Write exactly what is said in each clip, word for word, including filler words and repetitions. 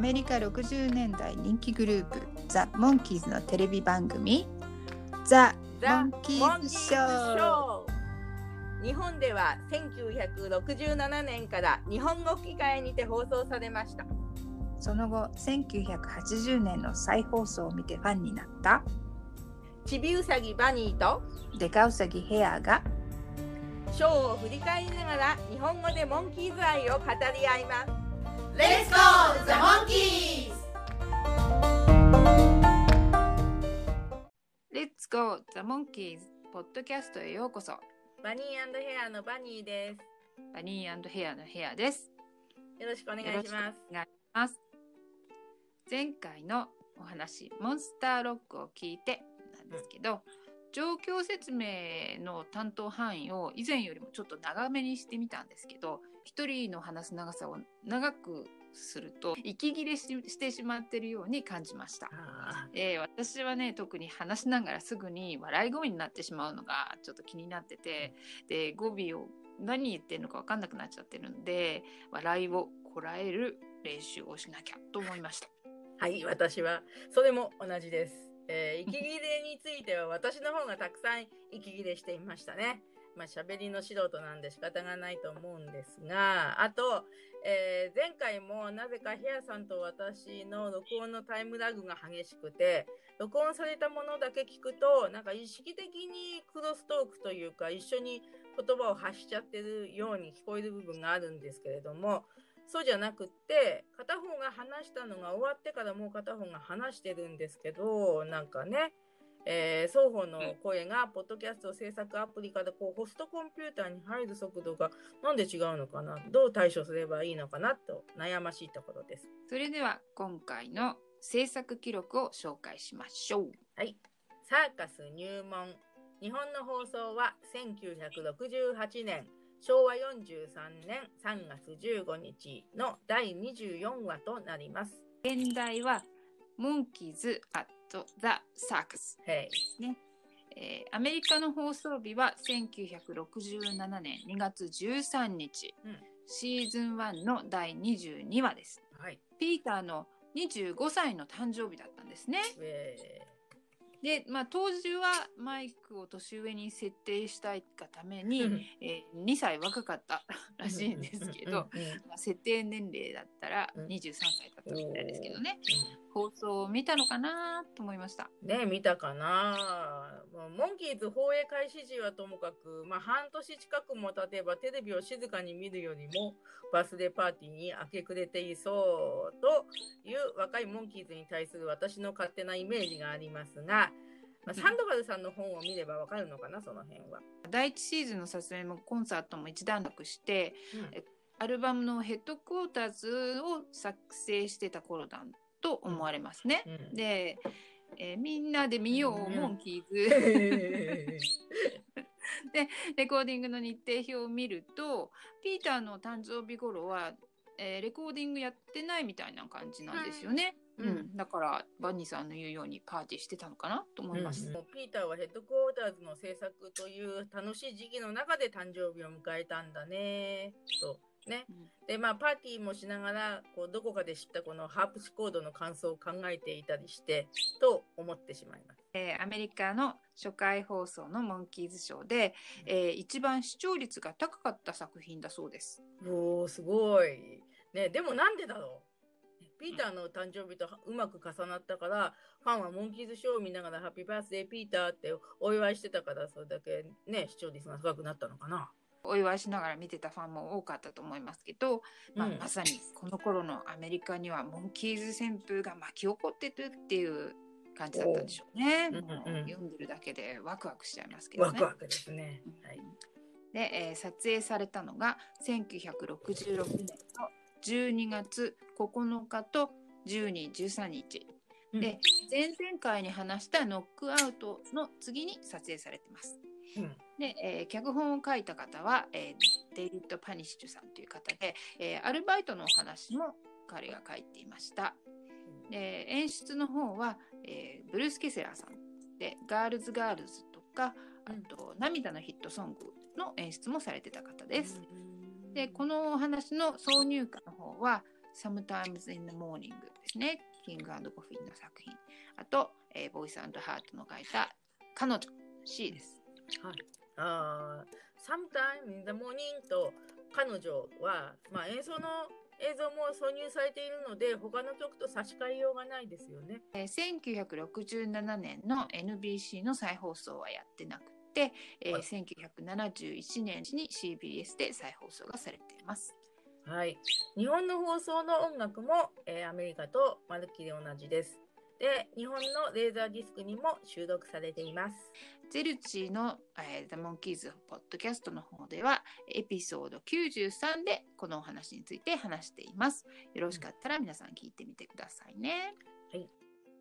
メリカろくじゅうねんだい人気グループザ・モンキーズのテレビ番組ザ・モンキーズショー。 日本ではせんきゅうひゃくろくじゅうななねんから日本語吹き替えにて放送されました。 その後せんきゅうひゃくはちじゅうねんの再放送を見てファンになったちびうさぎバニーとデカウサギヘアがショーを振り返りながら日本語でモンキーズ愛を語り合います。 Let's go the monkeys! Let's go the monkeys ポッドキャストへようこそ。 バニー&ヘアのバニーです。 バニー&ヘアのヘアです。 よろしくお願いします。 お願いします。前回のお話モンスターロックを聞いてなんですけど、うん、状況説明の担当範囲を以前よりもちょっと長めにしてみたんですけど、一人の話す長さを長くすると息切れ し, してしまっているように感じました。えー、私はね特に話しながらすぐに笑い声になってしまうのがちょっと気になってて、で語尾を何言ってるのか分かんなくなっちゃってるんで笑いをこらえる練習をしなきゃと思いました。 はい、私はそれも同じです。えー、息切れについては私の方がたくさん息切れしていましたね。まあ喋りの素人なんで仕方がないと思うんですが、あと、えー、前回もなぜかヘアさんと私の録音のタイムラグが激しくて、録音されたものだけ聞くとなんか意識的にクロストークというか一緒に言葉を発しちゃってるように聞こえる部分があるんですけれども、そうじゃなくって片方が話したのが終わってからもう片方が話してるんですけど、なんかね、えー、双方の声がポッドキャスト制作アプリからこうホストコンピューターに入る速度がなんで違うのかな、どう対処すればいいのかなと悩ましいところです。 それでは今回の制作記録を紹介しましょう。 はい、サーカス入門。日本の放送はせんきゅうひゃくろくじゅうはちねんしょうわよんじゅうさんねんさんがつじゅうごにちのだいにじゅうよんわとなります。 現代はモンキーズ・アット・ザ・サーカスですね。えー、アメリカの放送日はせんきゅうひゃくろくじゅうななねんにがつじゅうさんにち、うん、シーズンワンのだいにじゅうにわです。はい、ピーターのにじゅうごさいの誕生日だったんですね。えーでまあ、当時はマイクを年上に設定したいがために、うんえー、にさい若かったらしいんですけど、まあ、設定年齢だったらにじゅうさんさいだったみたいですけどね、うん、放送を見たのかなと思いました。 ね、見たかな。モンキーズ放映開始時はともかく、まあ、半年近くも経てばテレビを静かに見るよりもバースデーパーティーに明け暮れていそうという若いモンキーズに対する私の勝手なイメージがありますが、まあ、サンドバルさんの本を見ればわかるのかな、その辺は。 だいいちシーズンの撮影もコンサートも一段落して、うん、アルバムのヘッドクォーターズを作成してた頃だと思われますね、うんうん、で、えー、みんなで見よう、うん、モンキーズでレコーディングの日程表を見るとピーターの誕生日頃は、えー、レコーディングやってないみたいな感じなんですよね、うんうん、だからバニーさんの言うようにパーティーしてたのかなと思います、 うんうん、ピーターはヘッドクォーターズの制作という楽しい時期の中で誕生日を迎えたんだねとね、うん、でまあパーティーもしながらこうどこかで知ったこのハープスコードの感想を考えていたりしてと思ってしまいます、 えー、アメリカの初回放送のモンキーズショーで、うんえー、一番視聴率が高かった作品だそうです。 おーすごい、ね、でもなんでだろう。ピーターの誕生日とうまく重なったから、ファンはモンキーズショーを見ながらハッピーバースデーピーターってお祝いしてたから、それだけね視聴率が高くなったのかな。 お祝いしながら見てたファンも多かったと思いますけど、まあ、まさにこの頃のアメリカにはモンキーズ旋風が巻き起こってるっていう感じだったんでしょうね。うんうん、読んでるだけでワクワクしちゃいますけどね。 ワクワクですね、はい、 で、えー、撮影されたのがせんきゅうひゃくろくじゅうろくねんのじゅうにがつここのかとじゅうに、じゅうさんにち、うん、で前々回に話したノックアウトの次に撮影されてます、うん、で、えー、脚本を書いた方は、えー、デイビッド・パニッシュさんという方で、えー、アルバイトのお話も彼が書いていました。で演出の方は、えー、ブルース・ケセラーさんでガールズ・ガールズとかあと、うん、涙のヒットソングの演出もされてた方です。でこのお話の挿入歌の方は Sometimes in the Morning ですね。キング&コフィンの作品。あと、えー、ボイス&ハートの書いた彼女 C です。 はい。あ Sometime in the Morning と彼女は、まあ、演奏の映像も挿入されているので他の曲と差し替えようがないですよね。 えー、せんきゅうひゃくろくじゅうななねんの エヌビーシー の再放送はやってなくて、えー、せんきゅうひゃくななじゅういちねんに シービーエス で再放送がされています。 はい。日本の放送の音楽も、えー、アメリカとまるっきり同じです。で、日本のレーザーディスクにも収録されています。 ゼルチの、えー、The Monkees ポッドキャストの方ではエピソードきゅうじゅうさんでこのお話について話しています。よろしかったら皆さん聞いてみてくださいね。 はい。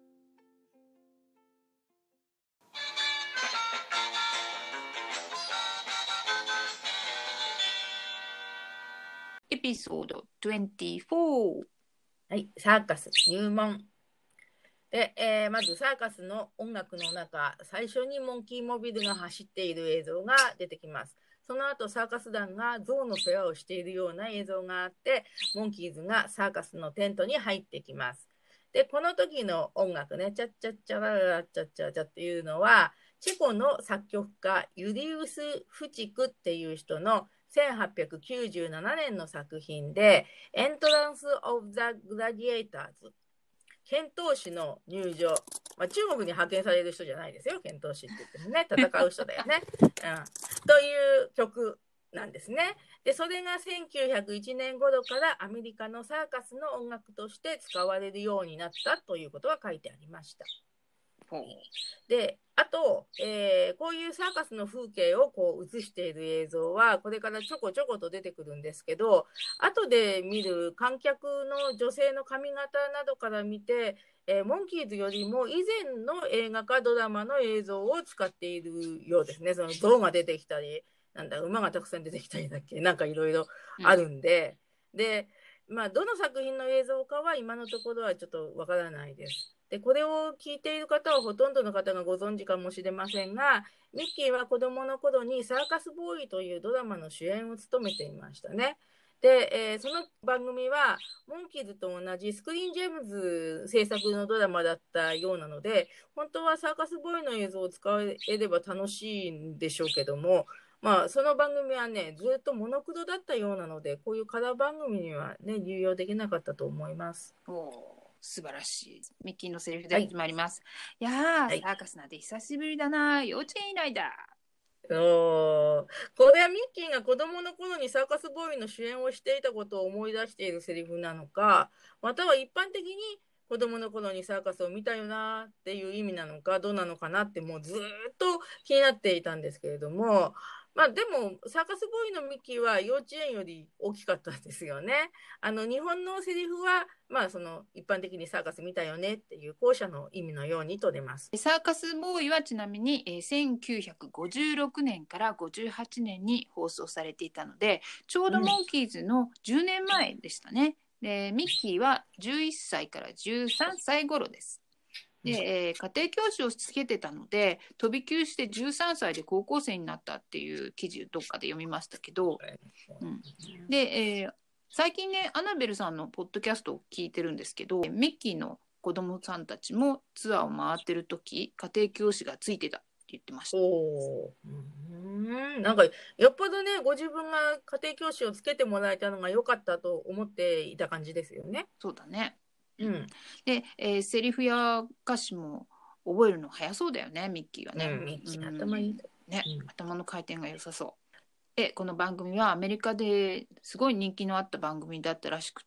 エピソードにじゅうよん。 はい、サーカス入門。で、えー、まずサーカスの音楽の中、最初にモンキーモビルが走っている映像が出てきます。その後サーカス団が象の世話をしているような映像があって、モンキーズがサーカスのテントに入ってきます。で、この時の音楽ね、チャッチャッチャラララチャッチャチャっていうのは、チェコの作曲家ユリウス・フチクっていう人のせんはっぴゃくきゅうじゅうななねんの作品で、エントランス・オブ・ザ・グラディエーターズ。剣闘士の入場、まあ、中国に派遣される人じゃないですよ、剣闘士って言ってもね、戦う人だよね、うん、という曲なんですね。で、それがせんきゅうひゃくいちねん頃からアメリカのサーカスの音楽として使われるようになったということが書いてありました。で、あと、えー、こういうサーカスの風景をこう映している映像はこれからちょこちょこと出てくるんですけど、後で見る観客の女性の髪型などから見て、えー、モンキーズよりも以前の映画かドラマの映像を使っているようですね。その象が出てきたり、なんだ馬がたくさん出てきたりだっけ、なんかいろいろあるんで、うん、で、まあどの作品の映像かは今のところはちょっとわからないです。で、これを聞いている方はほとんどの方がご存知かもしれませんが、ミッキーは子供の頃にサーカスボーイというドラマの主演を務めていましたね。で、えー、その番組はモンキーズと同じスクリーンジェームズ制作のドラマだったようなので、本当はサーカスボーイの映像を使えれば楽しいんでしょうけども、まあ、その番組はね、ずっとモノクロだったようなので、こういうカラー番組にはね、流用できなかったと思います。 おー、素晴らしい。ミッキーのセリフで始まります。はい、いやー、はい、サーカスなんて久しぶりだな。幼稚園以来だ。 おこれはミッキーが子供の頃にサーカスボーイの主演をしていたことを思い出しているセリフなのか、または一般的に子供の頃にサーカスを見たよなっていう意味なのか、どうなのかなってもうずっと気になっていたんですけれども、まあでもサーカスボーイのミッキーは幼稚園より大きかったんですよね。あの日本のセリフはまあその一般的にサーカス見たよねっていう後者の意味のように取れます。 サーカスボーイはちなみに、えー、せんきゅうひゃくごじゅうろくねんからごじゅうはちねんに放送されていたので、ちょうどモンキーズのじゅうねんまえでしたね。うん、でミッキーはじゅういっさいからじゅうさんさい頃です。で、えー、家庭教師をつけてたので飛び級してじゅうさんさいで高校生になったっていう記事をどっかで読みましたけど、うん、で、えー、最近ねアナベルさんのポッドキャストを聞いてるんですけど、ミッキーの子供さんたちもツアーを回ってる時家庭教師がついてたって言ってました。 おうんなんかよっぽどねご自分が家庭教師をつけてもらえたのが良かったと思っていた感じですよね。 そうだね。 うん、 で、えー、セリフや歌詞も覚えるの早そうだよね、ミッキーはね。 うん、ミッキー頭いいね、うん、頭の回転が良さそう。で、この番組はアメリカですごい人気のあった番組だったらしくって、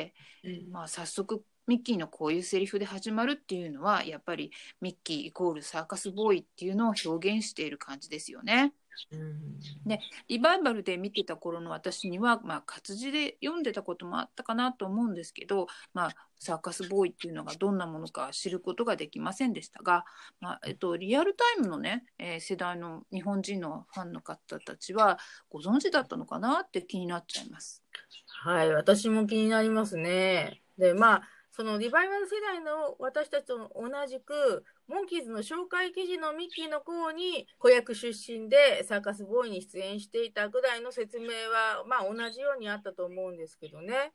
うん、まあ早速ミッキーのこういうセリフで始まるっていうのはやっぱりミッキーイコールサーカスボーイっていうのを表現している感じですよね。うん、でリバイバルで見てた頃の私には、まあ、活字で読んでたこともあったかなと思うんですけど、まあ、サーカスボーイっていうのがどんなものか知ることができませんでしたが、まあえっと、リアルタイムのね、えー、世代の日本人のファンの方たちはご存知だったのかなって気になっちゃいます。 はい、私も気になりますね。でまあそのリバイバル世代の私たちと同じくモンキーズの紹介記事のミッキーの方に子役出身でサーカスボーイに出演していたぐらいの説明はまあ同じようにあったと思うんですけどね。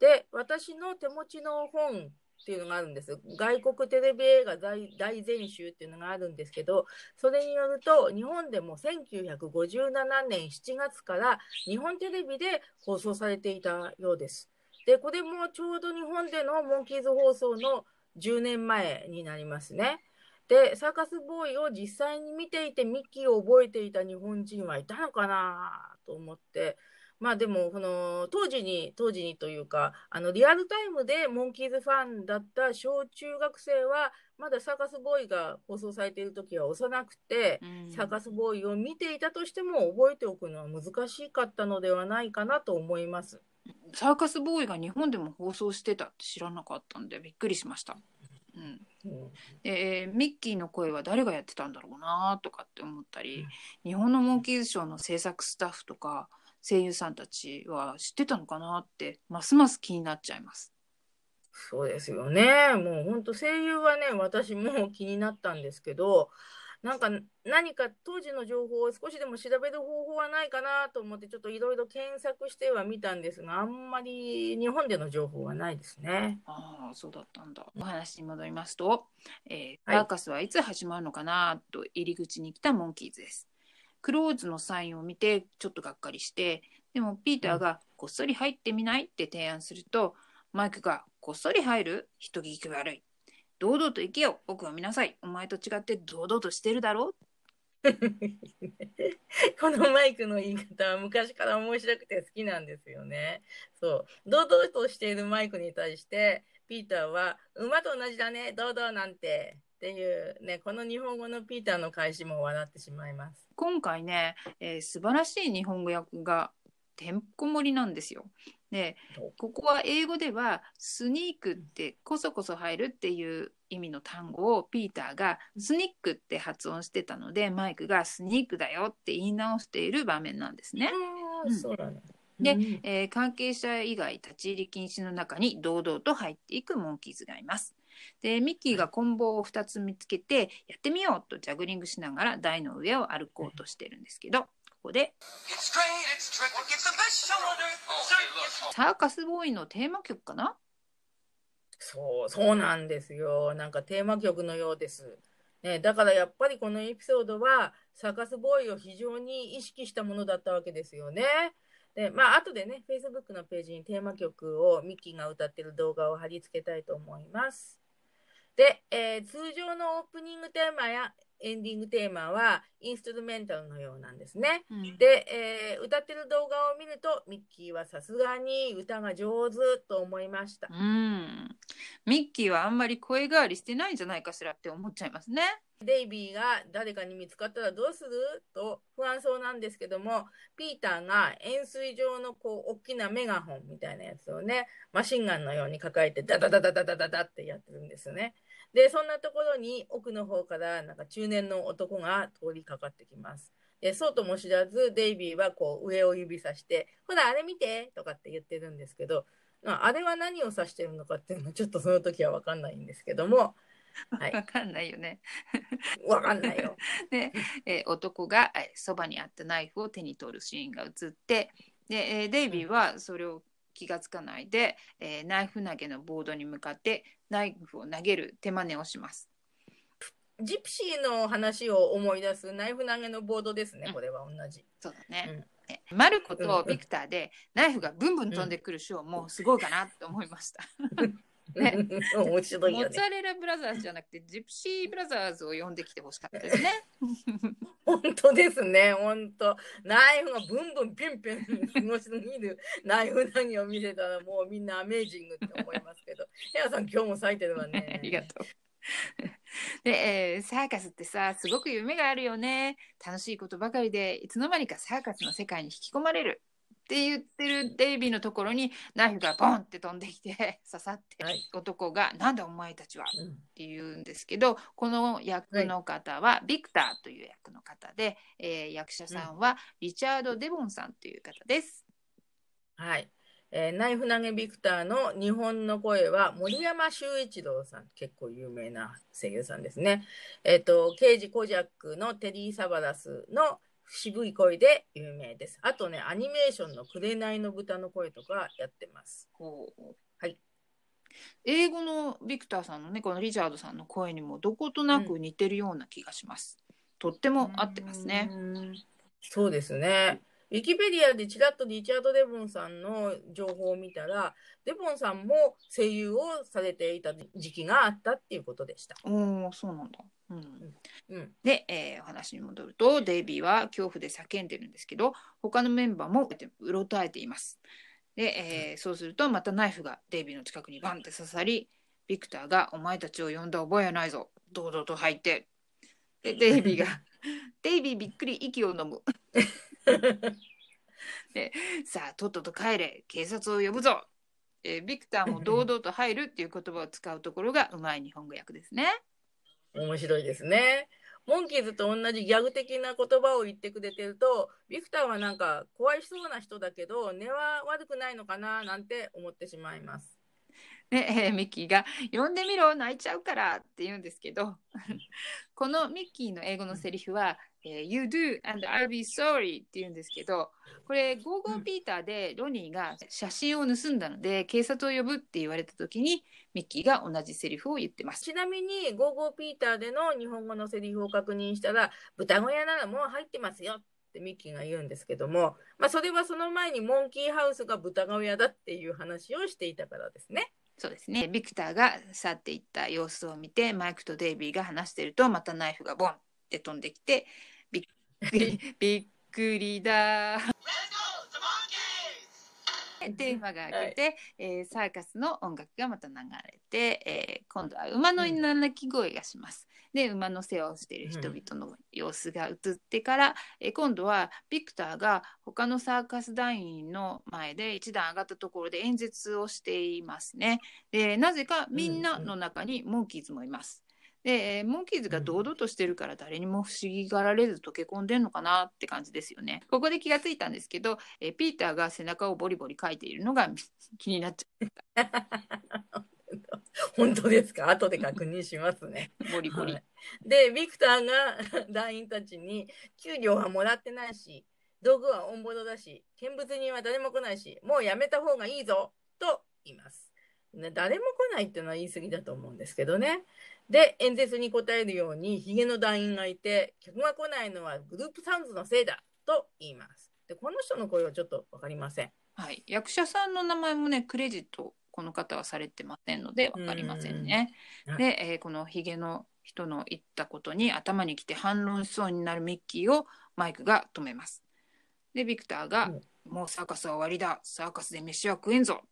で、私の手持ちの本っていうのがあるんです。外国テレビ映画大大全集っていうのがあるんですけど、それによると、日本でもせんきゅうひゃくごじゅうななねんしちがつから日本テレビで放送されていたようです。で、これもちょうど日本でのモンキーズ放送のじゅうねんまえになりますね。で、サーカスボーイを実際に見ていてミッキーを覚えていた日本人はいたのかなと思って、まあでも、この当時に、当時にというか、あのリアルタイムでモンキーズファンだった小中学生は、まだサーカスボーイが放送されている時は幼くて、うん、サーカスボーイを見ていたとしても覚えておくのは難しかったのではないかなと思います。 サーカスボーイが日本でも放送してたって知らなかったんでびっくりしました。うんうん、でミッキーの声は誰がやってたんだろうなとかって思ったり、日本のモンキーズショーの制作スタッフとか声優さんたちは知ってたのかなってますます気になっちゃいます。 そうですよね。もう本当声優はね、私も気になったんですけど、なんか何か当時の情報を少しでも調べる方法はないかなと思ってちょっといろいろ検索してはみたんですが、あんまり日本での情報はないですね。 ああ、そうだったんだ。お話に戻りますと、えー、サーカスはいつ始まるのかなと入り口に来たモンキーズです。クローズのサインを見てちょっとがっかりして、でもピーターがこっそり入ってみないって提案すると、マイクがこっそり入る？人聞き悪い。堂々と行けよ、僕は見なさい。お前と違って堂々としてるだろこのマイクの言い方は昔から面白くて好きなんですよね。そう。堂々としているマイクに対して、ピーターは、馬と同じだね、堂々なんて。っていうね、この日本語のピーターの返しも笑ってしまいます。 今回ね、えー、素晴らしい日本語訳がてんこ盛りなんですよ。で、ここは英語ではスニークってこそこそ入るっていう意味の単語をピーターがスニックって発音してたので、マイクがスニークだよって言い直している場面なんですね。 うん、そうだね。 で、えー、関係者以外立ち入り禁止の中に堂々と入っていくモンキーズがいます。で、ミッキーが棍棒をふたつ見つけてやってみようとジャグリングしながら台の上を歩こうとしてるんですけど、ここでサーカスボーイのテーマ曲かな？ そう、そうなんですよ。なんかテーマ曲のようです。ね、だからやっぱりこのエピソードはサーカスボーイを非常に意識したものだったわけですよね。で、まあ後でね、Facebook のページにテーマ曲をミッキーが歌ってる動画を貼り付けたいと思います。で、えー、通常のオープニングテーマやエンディングテーマはインストゥルメンタルのようなんですね。うん、で、えー、歌ってる動画を見るとミッキーはさすがに歌が上手と思いました。 うん、ミッキーはあんまり声変わりしてないんじゃないかしらって思っちゃいますね。 デイビーが誰かに見つかったらどうすると不安そうなんですけども、ピーターが円錐状のこう大きなメガホンみたいなやつをね、マシンガンのように抱えてダダダダダダダダってやってるんですね。で、そんなところに奥の方からなんか中年の男が通りかかってきます。で、そうとも知らずデイビーはこう上を指さして、ほらあれ見てとかって言ってるんですけど、あれは何を指してるのかっていうのはちょっとその時は分かんないんですけども、 はい、分かんないよね。 分かんないよ。 で、えー、男がそばにあったナイフを手に取るシーンが映って、で、えー、デイビーはそれを気がつかないで、えー、ナイフ投げのボードに向かってナイフを投げる手真似をします。 ジプシーの話を思い出すナイフ投げのボードですね、うん、これは同じ。 そうだね。うん、マルコとビクターでナイフがブンブン飛んでくるショーもすごいかなって思いました。ね、 面白いよね。 モッツァレラブラザーズじゃなくてジプシーブラザーズを呼んできてほしかったですね。 本当ですね、本当。ナイフがブンブンピンピンすごすぎるナイフ投げを見せたらもうみんなアメージングって思いますけど。ヘアさん今日も咲いてるわね。 ありがとう。で、えー、サーカスってさすごく夢があるよね。楽しいことばかりでいつの間にかサーカスの世界に引き込まれる。って言ってるデイビーのところにナイフがボンって飛んできて刺さって、はい、男がなんだお前たちは、うん、って言うんですけど、この役の方はビクターという役の方で、えー、役者さんはリチャード・デボンさんという方です。 はい、えー、ナイフ投げビクターの日本の声は森山修一郎さん、結構有名な声優さんですね。えっと、刑事コジャックのテリー・サバラスの渋い声で有名です。あとね、アニメーションの紅の豚の声とかやってます。はい。 英語のビクターさんのね、このリチャードさんの声にもどことなく似てるような気がします。うん、とっても合ってますね。 そうですね。ウィキペディアでちらっとリチャード・デボンさんの情報を見たら、デボンさんも声優をされていた時期があったっていうことでした。 おー、そうなんだ。うんうん、で、えー、お話に戻ると、デイビーは恐怖で叫んでるんですけど、他のメンバーもうろたえています。で、えー、そうするとまたナイフがデイビーの近くにバンって刺さり、ビクターがお前たちを呼んだ覚えはないぞ、堂々と入って、でデイビーがデイビーびっくり息を飲むで、さあとっとと帰れ、警察を呼ぶぞ、えー、ビクターも堂々と入るっていう言葉を使うところがうまい日本語訳ですね。 面白いですね。モンキーズと同じギャグ的な言葉を言ってくれてると、ビクターはなんか怖いそうな人だけど根は悪くないのかななんて思ってしまいます。 で、えー、ミッキーが呼んでみろ泣いちゃうからって言うんですけどこのミッキーの英語のセリフは、えー、You do and I'll be sorry って言うんですけど、これゴーゴーピーターでロニーが写真を盗んだので警察を呼ぶって言われた時にミッキーが同じセリフを言ってます。 ちなみにゴーゴーピーターでの日本語のセリフを確認したら、豚小屋ならもう入ってますよってミッキーが言うんですけども、まあ、それはその前にモンキーハウスが豚小屋だっていう話をしていたからですね。 そうですね。ビクターが去っていった様子を見て、マイクとデイビーが話していると、またナイフがボンって飛んできて、びっくり、びっくりだテーマが開けて、はい、えー、サーカスの音楽がまた流れて、えー、今度は馬の鳴き声がします。うん、で、馬の世話をしている人々の様子が映ってから、うん、えー、今度はビクターが他のサーカス団員の前で一段上がったところで演説をしていますね。で、なぜかみんなの中にモンキーズもいます。で、モンキーズが堂々としてるから誰にも不思議がられず溶け込んでるのかなって感じですよね。ここで気がついたんですけど、えピーターが背中をボリボリ書いているのが気になっちゃった。 本当ですか？後で確認しますね。 ボリボリ。 はい、で、ビクターが団員たちに給料はもらってないし、道具はオンボロだし、見物人は誰も来ないし、もうやめた方がいいぞと言います。誰も来ないっていうのは言い過ぎだと思うんですけどね。で、演説に答えるようにヒゲの団員がいて、客が来ないのはグループサウンズのせいだと言います。で、この人の声はちょっと分かりません。 はい、役者さんの名前もね、クレジットこの方はされてませんので分かりませんね。んで、えー、このヒゲの人の言ったことに頭にきて反論しそうになるミッキーをマイクが止めます。で、ビクターが、うん、もうサーカスは終わりだ、サーカスで飯は食えんぞ。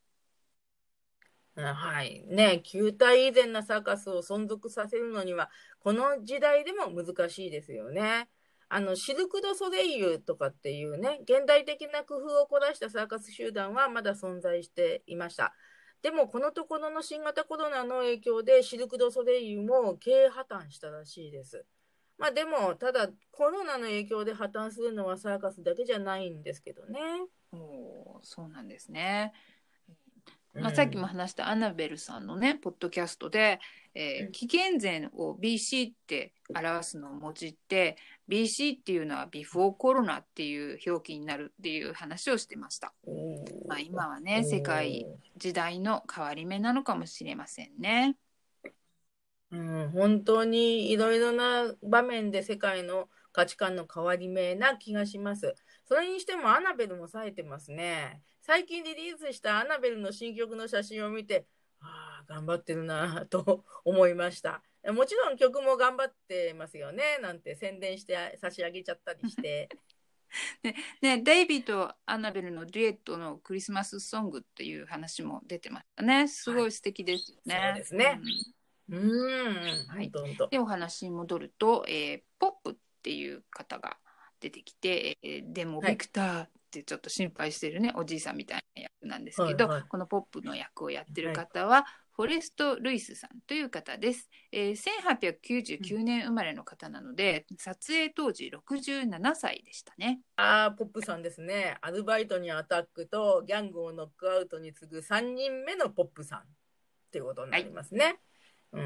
はいね、旧態以前なサーカスを存続させるのにはこの時代でも難しいですよね。あのシルク・ドゥ・ソレイユとかっていうね、現代的な工夫を凝らしたサーカス集団はまだ存在していました。でもこのところの新型コロナの影響でシルク・ドゥ・ソレイユも経営破綻したらしいです。まあでもただコロナの影響で破綻するのはサーカスだけじゃないんですけどね。 お、そうなんですね。まあ、さっきも話したアナベルさんのねポッドキャストで、えー、紀元前を ビーシー って表すのを用いて ビーシー っていうのはビフォーコロナっていう表記になるっていう話をしてました。まあ、今はね世界時代の変わり目なのかもしれませんね。 うん、本当にいろいろな場面で世界の価値観の変わり目な気がします。それにしてもアナベルも冴えてますね。最近リリースしたアナベルの新曲の写真を見て、ああ、頑張ってるなと思いました。もちろん曲も頑張ってますよねなんて宣伝して差し上げちゃったりして。 ねね、デイビーとアナベルのデュエットのクリスマスソングっていう話も出てましたね。すごい素敵ですよね。 はい、そうですね。うん、うんはい、でお話に戻ると、えー、ポップっていう方が出てきて、えー、でもビクターってちょっと心配してるね、はい、おじいさんみたいな役なんですけど、はいはい、このポップの役をやってる方は、はい、フォレスト・ルイスさんという方です、えー、せんはっぴゃくきゅうじゅうきゅうねん生まれの方なので、うん、撮影当時ろくじゅうななさいでしたね。 あー、ポップさんですね。アルバイトにアタックとギャングをノックアウトに次ぐさんにんめのポップさんっていうことになりますね。はい、うん、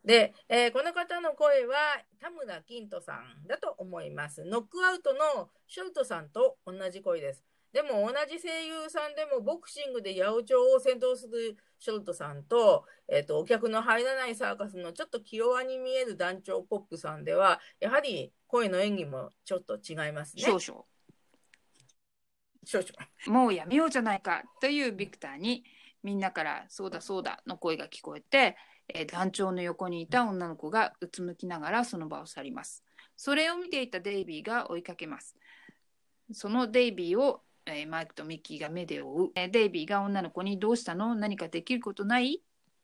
で、えー、この方の声は田村金人さんだと思います。ノックアウトのショルトさんと同じ声です。でも同じ声優さんでもボクシングで八百長を先導するショルトさんと、えーと、お客の入らないサーカスのちょっと気弱に見える団長ポップさんでは、やはり声の演技もちょっと違いますね。 少々。 少々。 もうやめようじゃないかというビクターにみんなからそうだそうだの声が聞こえて、えー、団長の横にいた女の子がうつむきながらその場を去ります。それを見ていたデイビーが追いかけます。そのデイビーを、えー、マイクとミッキーが目で追う。えー、デイビーが女の子にどうしたの？何かできることない？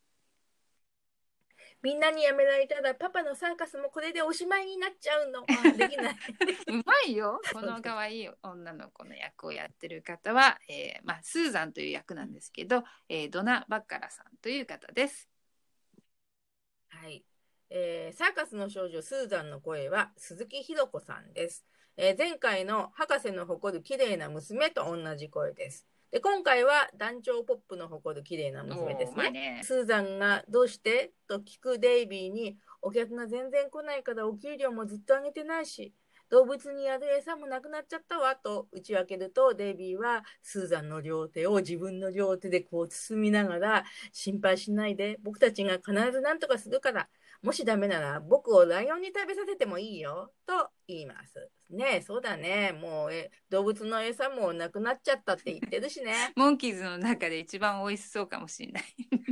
みんなにやめられたらパパのサーカスもこれでおしまいになっちゃうの。できない。 うまいよ。この可愛い女の子の役をやってる方は、えーまあ、スーザンという役なんですけど、えー、ドナ・バッカラさんという方です。 はい、えー、サーカスの少女スーザンの声は鈴木ひろ子さんです。えー、前回の博士の誇る綺麗な娘と同じ声です。で今回は団長ポップの誇る綺麗な娘ですね。まあね、スーザンがどうしてと聞くデイビーに、お客が全然来ないからお給料もずっと上げてないし、動物にやる餌もなくなっちゃったわと打ち明けると、デイビーはスーザンの両手を自分の両手でこう包みながら、心配しないで、僕たちが必ず何とかするから、もしダメなら僕をライオンに食べさせてもいいよと言います。ねえ、そうだね。もうえ動物の餌もなくなっちゃったって言ってるしね。 モンキーズの中で一番美味しそうかもしれない。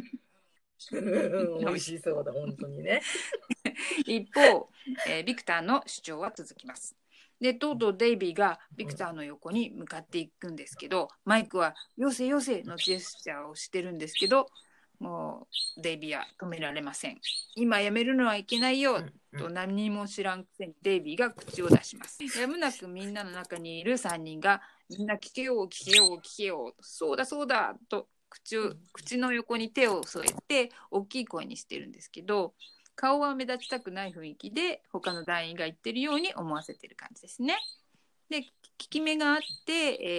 美味しそうだ、本当にね。 一方、えー、ビクターの主張は続きます。で、とうとうデイビーがビクターの横に向かっていくんですけど、マイクはよせよせのジェスチャーをしてるんですけど、もうデイビーは止められません。今やめるのはいけないよ、うん、と何も知らんくせにデイビーが口を出します。やむなくみんなの中にいるさんにんが、みんな聞けよう聞けよう聞けよう、そうだそうだと口を口の横に手を添えて大きい声にしてるんですけど、顔は目立ちたくない雰囲気で他の団員が言ってるように思わせてる感じですね。で、効き目があって、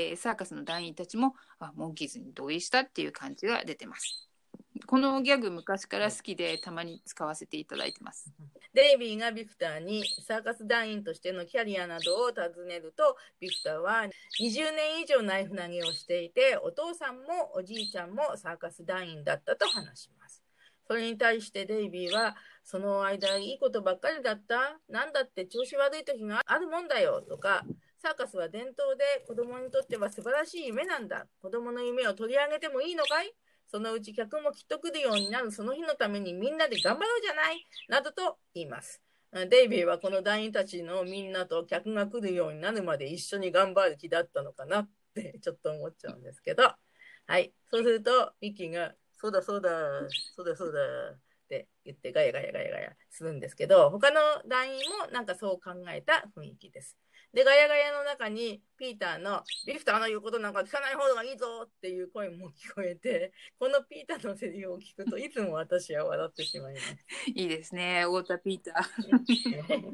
えー、サーカスの団員たちもあモンキーズに同意したっていう感じが出てます。このギャグ昔から好きでたまに使わせていただいてます。 デイビーがビクターにサーカス団員としてのキャリアなどを尋ねると、ビクターはにじゅうねん以上ナイフ投げをしていて、お父さんもおじいちゃんもサーカス団員だったと話します。それに対してデイビーは、その間いいことばっかりだった？なんだって調子悪い時があるもんだよとか、サーカスは伝統で子供にとっては素晴らしい夢なんだ。子供の夢を取り上げてもいいのかい？そのうち客もきっと来るようになるその日のためにみんなで頑張ろうじゃないなどと言います。デイビーはこの団員たちのみんなと客が来るようになるまで一緒に頑張る気だったのかなってちょっと思っちゃうんですけど。はい。そうするとミッキーがそうだそうだ、そうだそうだって言ってガヤガヤガヤガヤするんですけど、他の団員もなんかそう考えた雰囲気です。で、ガヤガヤの中にピーターのビクターの言うことなんか聞かない方がいいぞっていう声も聞こえて、このピーターのセリフを聞くといつも私は笑ってしまいます。 いいですね、太田ピーター。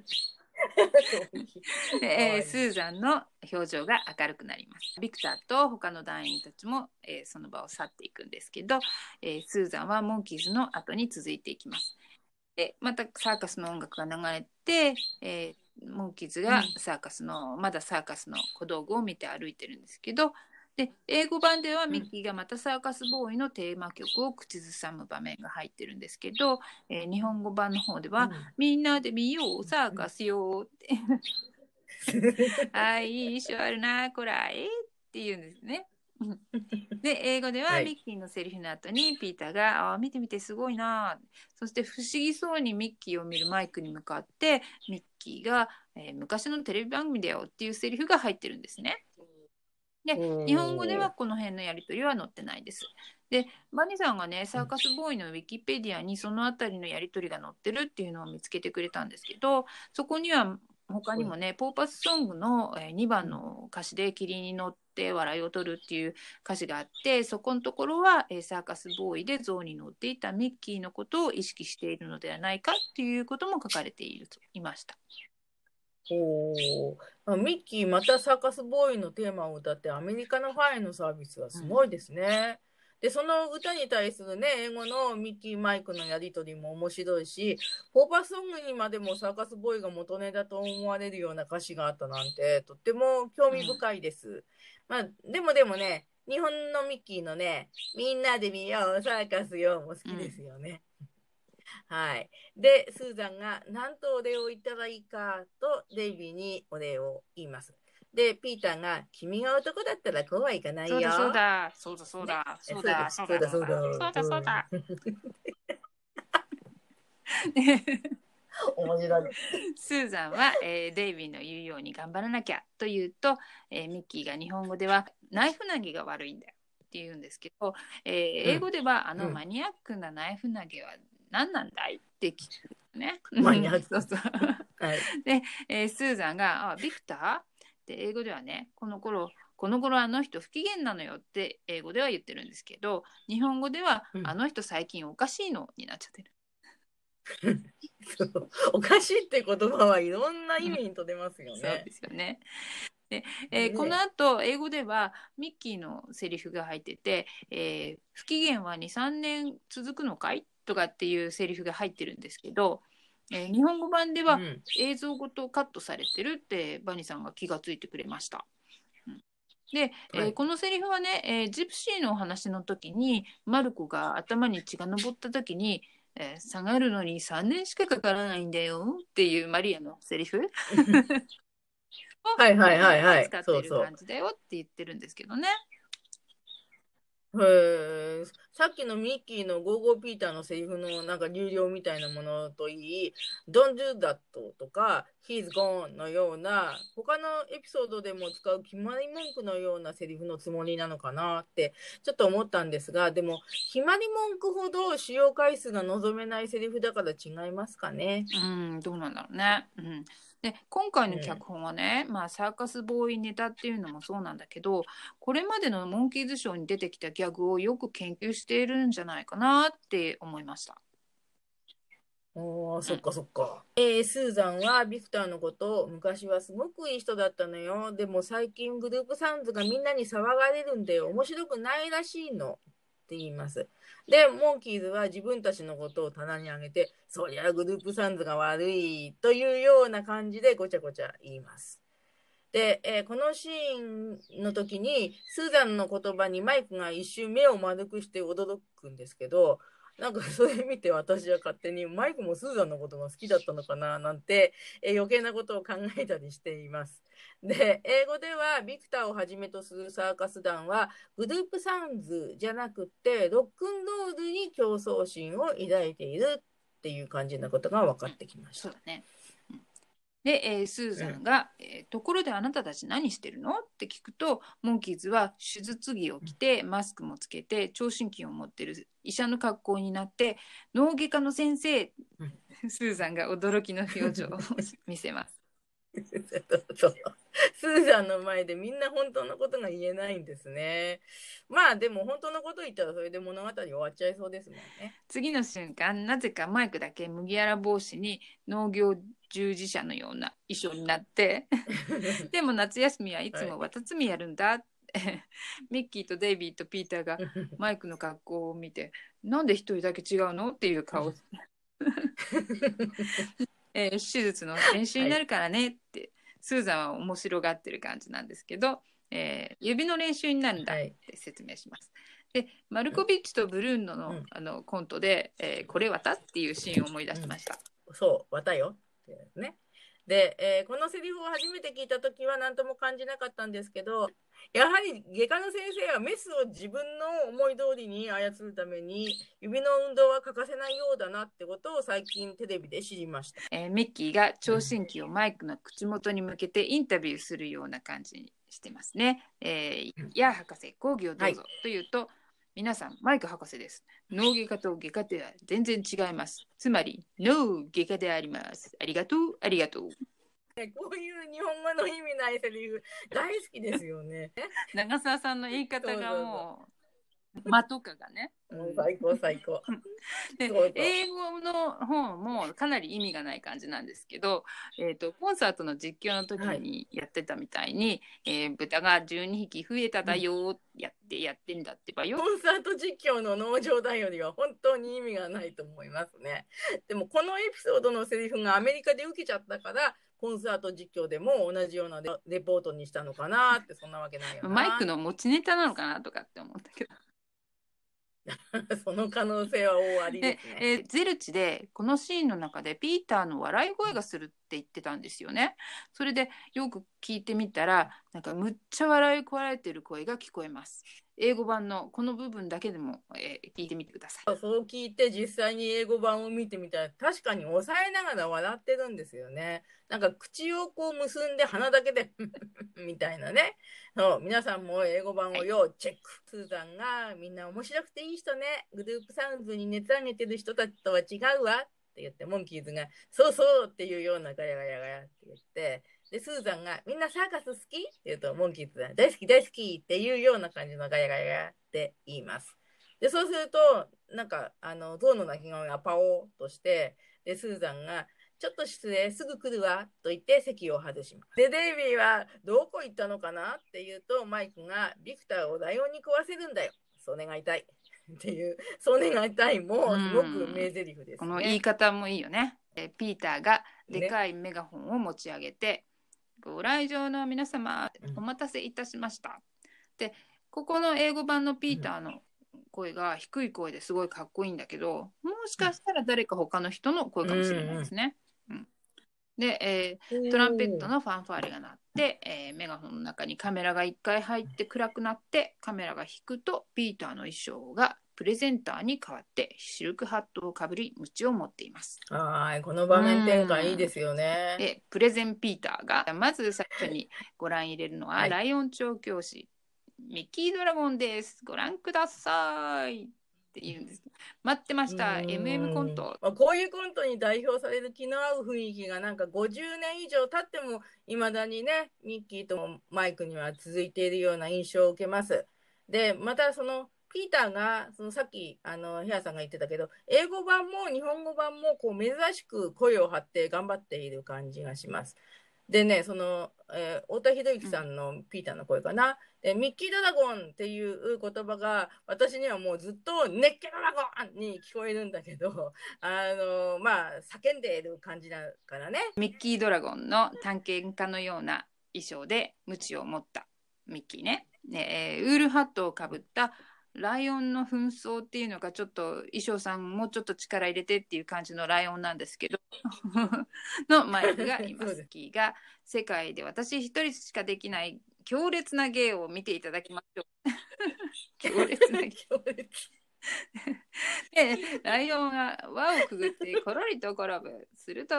えー、スーザンの表情が明るくなります。ビクターと他の団員たちも、えー、その場を去っていくんですけど、えー、スーザンはモンキーズの後に続いていきます。でまたサーカスの音楽が流れて、えー、モンキーズがサーカスの、うん、まだサーカスの小道具を見て歩いてるんですけど、で英語版ではミッキーがまたサーカスボーイのテーマ曲を口ずさむ場面が入ってるんですけど、えー、日本語版の方では、うん、みんなで見ようサーカスよってあいしょあるなこらえって言うんですね。で英語ではミッキーのセリフの後にピーターが、あ見てみてすごいな、そして不思議そうにミッキーを見るマイクに向かってミッキーが、えー、昔のテレビ番組だよっていうセリフが入ってるんですね。で日本語ではこの辺のやり取りは載ってないです。でバニさんがねサーカスボーイのウィキペディアにそのあたりのやり取りが載ってるっていうのを見つけてくれたんですけど、そこには他にもね、ポーパスソングのにばんの歌詞で霧に乗って笑いを取るっていう歌詞があって、そこのところはサーカスボーイで象に乗っていたミッキーのことを意識しているのではないかっていうことも書かれているといました。 おミッキーまたサーカスボーイのテーマを歌ってアメリカのファンへのサービスはすごいですね。 で、その歌に対するね、英語のミッキー・マイクのやりとりも面白いし、ポーパーソングにまでもサーカスボーイが元ネタと思われるような歌詞があったなんて、とっても興味深いです。うん、まあ、でもでもね、日本のミッキーのね、みんなで見よう、サーカスよ、も好きですよね。うん、はい。で、スーザンが何とお礼を言ったらいいかとデイビーにお礼を言います。で、ピーターが、君が男だったらこうはいかないよ。 そうだ、そうだ、そうだ、そうだ、そうだ、そうだ、そうだ、そうだ、そうだ。 面白い。 スーザンは、えー、デイビーの言うように頑張らなきゃと言うと、えー、ミッキーが日本語ではナイフ投げが悪いんだよって言うんですけど、えー、英語では、うん、あのマニアックなナイフ投げは何なんだいって聞くね。 マニアック。 そうそう。はい、で、えー、スーザンが、あ、ビクターって英語ではね、この頃この頃あの人不機嫌なのよって英語では言ってるんですけど、日本語では、うん、あの人最近おかしいのになっちゃってる。 そうおかしいって言葉はいろんな意味にと出ますよね。 そうですよね。で、えーね、この後英語ではミッキーのセリフが入ってて、えー、不機嫌は にさんねん続くのかいとかっていうセリフが入ってるんですけど、えー、日本語版では映像ごとカットされてるってバニさんが気がついてくれました。で、はい、えー、このセリフはね、えー、ジプシーのお話の時にマルコが頭に血が上った時に、えー、下がるのにさんねんしかかからないんだよっていうマリアのセリフはいはいはいはい使ってる感じだよって言ってるんですけどね。 へえ、さっきのミッキーのゴーゴーピーターのセリフのなんか流量みたいなものといい、Don't do that とか He's gone のような他のエピソードでも使う決まり文句のようなセリフのつもりなのかなってちょっと思ったんですが、でも決まり文句ほど使用回数が望めないセリフだから違いますかね。 うん、どうなんだろうね。うん。で今回の脚本はね、うん、まあ、サーカスボーイネタっていうのもそうなんだけど、これまでのモンキーズショーに出てきたギャグをよく研究しているんじゃないかなって思いました。 おー、そっかそっか。うん、えー、スーザンはビクターのことを昔はすごくいい人だったのよ。でも最近グループサウンズがみんなに騒がれるんで面白くないらしいの。って言います。で、モンキーズは自分たちのことを棚に上げて、そりゃグループサウンズが悪いというような感じでごちゃごちゃ言います。で、えー、このシーンの時にスーザンの言葉にマイクが一瞬目を丸くして驚くんですけど、なんかそれ見て私は勝手にマイクもスーザンのことが好きだったのかななんて、えー、余計なことを考えたりしています。で、英語ではビクターをはじめとするサーカス団はグループサウンズじゃなくてロックンロールに競争心を抱いているっていう感じなことが分かってきました。 そうだね。で、えー、スーザンが、うんえー、ところであなたたち何してるのって聞くと、モンキーズは手術着を着てマスクもつけて聴診器を持ってる医者の格好になって脳外科の先生、うん、スーザンが驚きの表情を見せます。 そうスーザンの前でみんな本当のことが言えないんですね。まあでも本当のこと言ったらそれで物語終わっちゃいそうですもんね。 次の瞬間、なぜかマイクだけ麦わら帽子に農業従事者のような衣装になってでも夏休みはいつも綿摘みやるんだって、はい、ミッキーとデイビーとピーターがマイクの格好を見てなんで一人だけ違うのっていう顔えー、手術の練習になるからねって、はい、スーザンは面白がってる感じなんですけど、えー、指の練習になるんだって説明します。はい、でマルコビッチとブルーノ の,、うん、あのコントで、えー、これ綿っていうシーンを思い出しました。 うん、そう綿よってね。で、えー、このセリフを初めて聞いた時は何とも感じなかったんですけど、やはり外科の先生はメスを自分の思い通りに操るために指の運動は欠かせないようだなってことを最近テレビで知りました。 えー、ミッキーが聴診器をマイクの口元に向けてインタビューするような感じにしてますね。えー、やあ博士講義をどうぞ、はい、というと皆さんマイク博士です。脳外科と外科では全然違います。つまり脳外科であります。ありがとうありがとう。 こういう日本語の意味ないセリフ大好きですよね。 長澤さんの言い方がもう間とかがね、 うん、最高最高でそうそう英語の方もかなり意味がない感じなんですけど、えーと、コンサートの実況の時にやってたみたいに、はいえー、豚がじゅうにひき増えただよ、うん、やってやってんだってばよ。 コンサート実況の農場だよりは本当に意味がないと思いますね。でもこのエピソードのセリフがアメリカで受けちゃったからコンサート実況でも同じようなレポートにしたのかなって、そんなわけないよな。 マイクの持ちネタなのかなとかって思ったけどその可能性は大ありですね。 ええゼルチでこのシーンの中でピーターの笑い声がするって言ってたんですよね。それでよく聞いてみたらなんかむっちゃ笑いこられてる声が聞こえます。英語版のこの部分だけでも、えー、聞いてみてください。 そう聞いて実際に英語版を見てみたら確かに抑えながら笑ってるんですよね。なんか口をこう結んで鼻だけでみたいなね。そう皆さんも英語版を要チェック。スーザンがみんな面白くていい人ね。グループサウンズに熱上げてる人たちとは違うわって言って、モンキーズがそうそうっていうようなガヤガヤガヤって言って、でスーザンがみんなサーカス好きって言うとモンキーズが大好き大好きっていうような感じのガヤガヤガヤって言います。でそうするとなんかあの象の鳴き声がパオーとして、でスーザンがちょっと失礼すぐ来るわと言って席を外します。でデイビーはどこ行ったのかなって言うと、マイクがビクターをライオンに食わせるんだよ、そう願いたいっていう、そう願いたいもすごく名台詞ですね。 この言い方もいいよね。えピーターがでかいメガホンを持ち上げて、ね、ご来場の皆様お待たせいたしました、うん、でここの英語版のピーターの声が低い声ですごいかっこいいんだけど、もしかしたら誰か他の人の声かもしれないですね、うんうん、で、えー、トランペットのファンファーレが鳴って、えー、メガホンの中にカメラがいっかい入って暗くなって、カメラが引くとピーターの衣装がプレゼンターに代わってシルクハットをかぶり鞭を持っています。 はい、この場面転換いいですよね。 でプレゼンピーターがまず最初にご覧入れるのは、はい、ライオン調教師ミッキードラゴンです、ご覧くださいって言うんです。待ってました、 エムエム コント。 こういうコントに代表される気の合う雰囲気がなんかごじゅうねん以上経ってもいまだにね、ミッキーとマイクには続いているような印象を受けます。でまたそのピーターがそのさっきあのヘアさんが言ってたけど、英語版も日本語版もこう珍しく声を張って頑張っている感じがします。でね、その、えー、太田博之さんのピーターの声かな、でミッキードラゴンっていう言葉が私にはもうずっと熱気ドラゴンに聞こえるんだけど、あのまあ叫んでいる感じだからね。 ミッキードラゴンの探検家のような衣装で鞭を持ったミッキーね、ね、えー、ウールハットをかぶったライオンの紛争っていうのがちょっと衣装さんもうちょっと力入れてっていう感じのライオンなんですけどのマイクがいます。キーが世界で私一人しかできない強烈な芸を見ていただきましょう強烈な強烈でライオンが輪をくぐってコロリと転ぶ、すると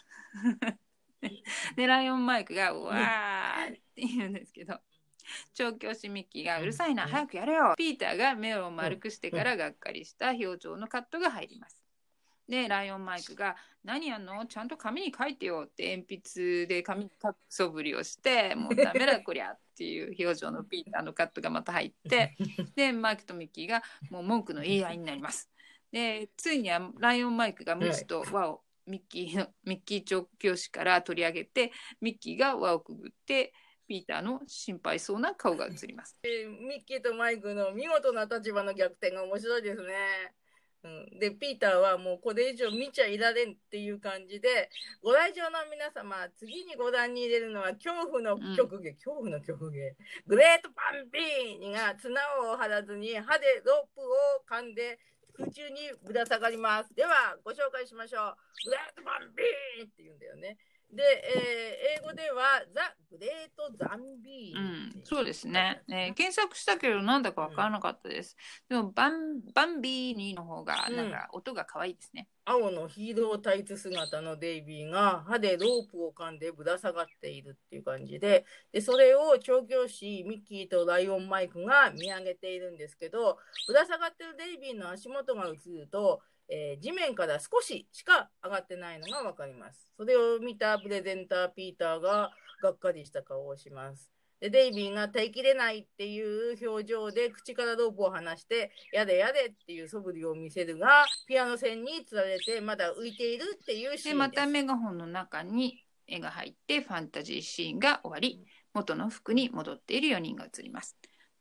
でライオンマイクがうわーって言うんですけど、調教師ミッキーがうるさいな、早くやれよ。ピーターが目を丸くしてからがっかりした表情のカットが入ります。でライオンマイクが何やんの、ちゃんと紙に書いてよって鉛筆で紙に書く素振りをして、もうダメだこりゃっていう表情のピーターのカットがまた入ってでマイクとミッキーがもう文句の言い合いになります。でついにはライオンマイクがムチと輪をミッキーのミッキー調教師から取り上げて、ミッキーが輪をくぐってピーターの心配そうな顔が映ります。 えー、ミッキーとマイクの見事な立場の逆転が面白いですね。うん、でピーターはもうこれ以上見ちゃいられんっていう感じで、ご来場の皆様次にご覧に入れるのは恐怖の曲芸、うん、恐怖の曲芸グレートパンピーが綱を張らずに歯でロープを噛んで空中にぶら下がります。ではご紹介しましょう。グレートパンピーって言うんだよね。で、えー、英語ではザ・グレート・ザンビー、 うん、そうですね、えー、検索したけどなんだか分からなかったです、うん、でもバン、バンビーニの方がなんか音が可愛いですね、 うん、青のヒーロータイツ姿のデイビーが歯でロープを噛んでぶら下がっているっていう感じで、でそれを調教師ミッキーとライオンマイクが見上げているんですけど、ぶら下がってるデイビーの足元が映るとえー、地面から少ししか上がってないのが分かります。それを見たプレゼンターピーターががっかりした顔をします。でデイビーが耐えきれないっていう表情で口からロープを離してやでやでっていう素振りを見せるが、ピアノ線につられてまだ浮いているっていうシーンです。 でまたメガホンの中に絵が入ってファンタジーシーンが終わり、元の服に戻っているよにんが映ります。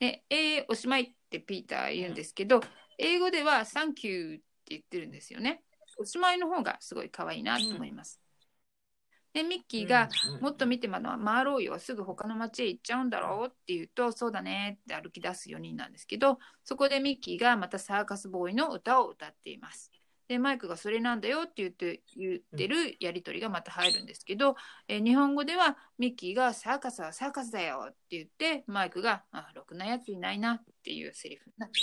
で、えー、おしまいってピーター言うんですけど、英語ではサンキューって言ってるんですよね。おしまいの方がすごい可愛いなと思います。うん、でミッキーが、もっと見て回ろうよ、すぐ他の町へ行っちゃうんだろうって言うと、そうだねって歩き出すよにんなんですけど、そこでミッキーがまたサーカスボーイの歌を歌っています。でマイクがそれなんだよって言って、言ってるやり取りがまた入るんですけど、えー、日本語ではミッキーがサーカスはサーカスだよって言って、マイクがあろくなやついないなっていうセリフになって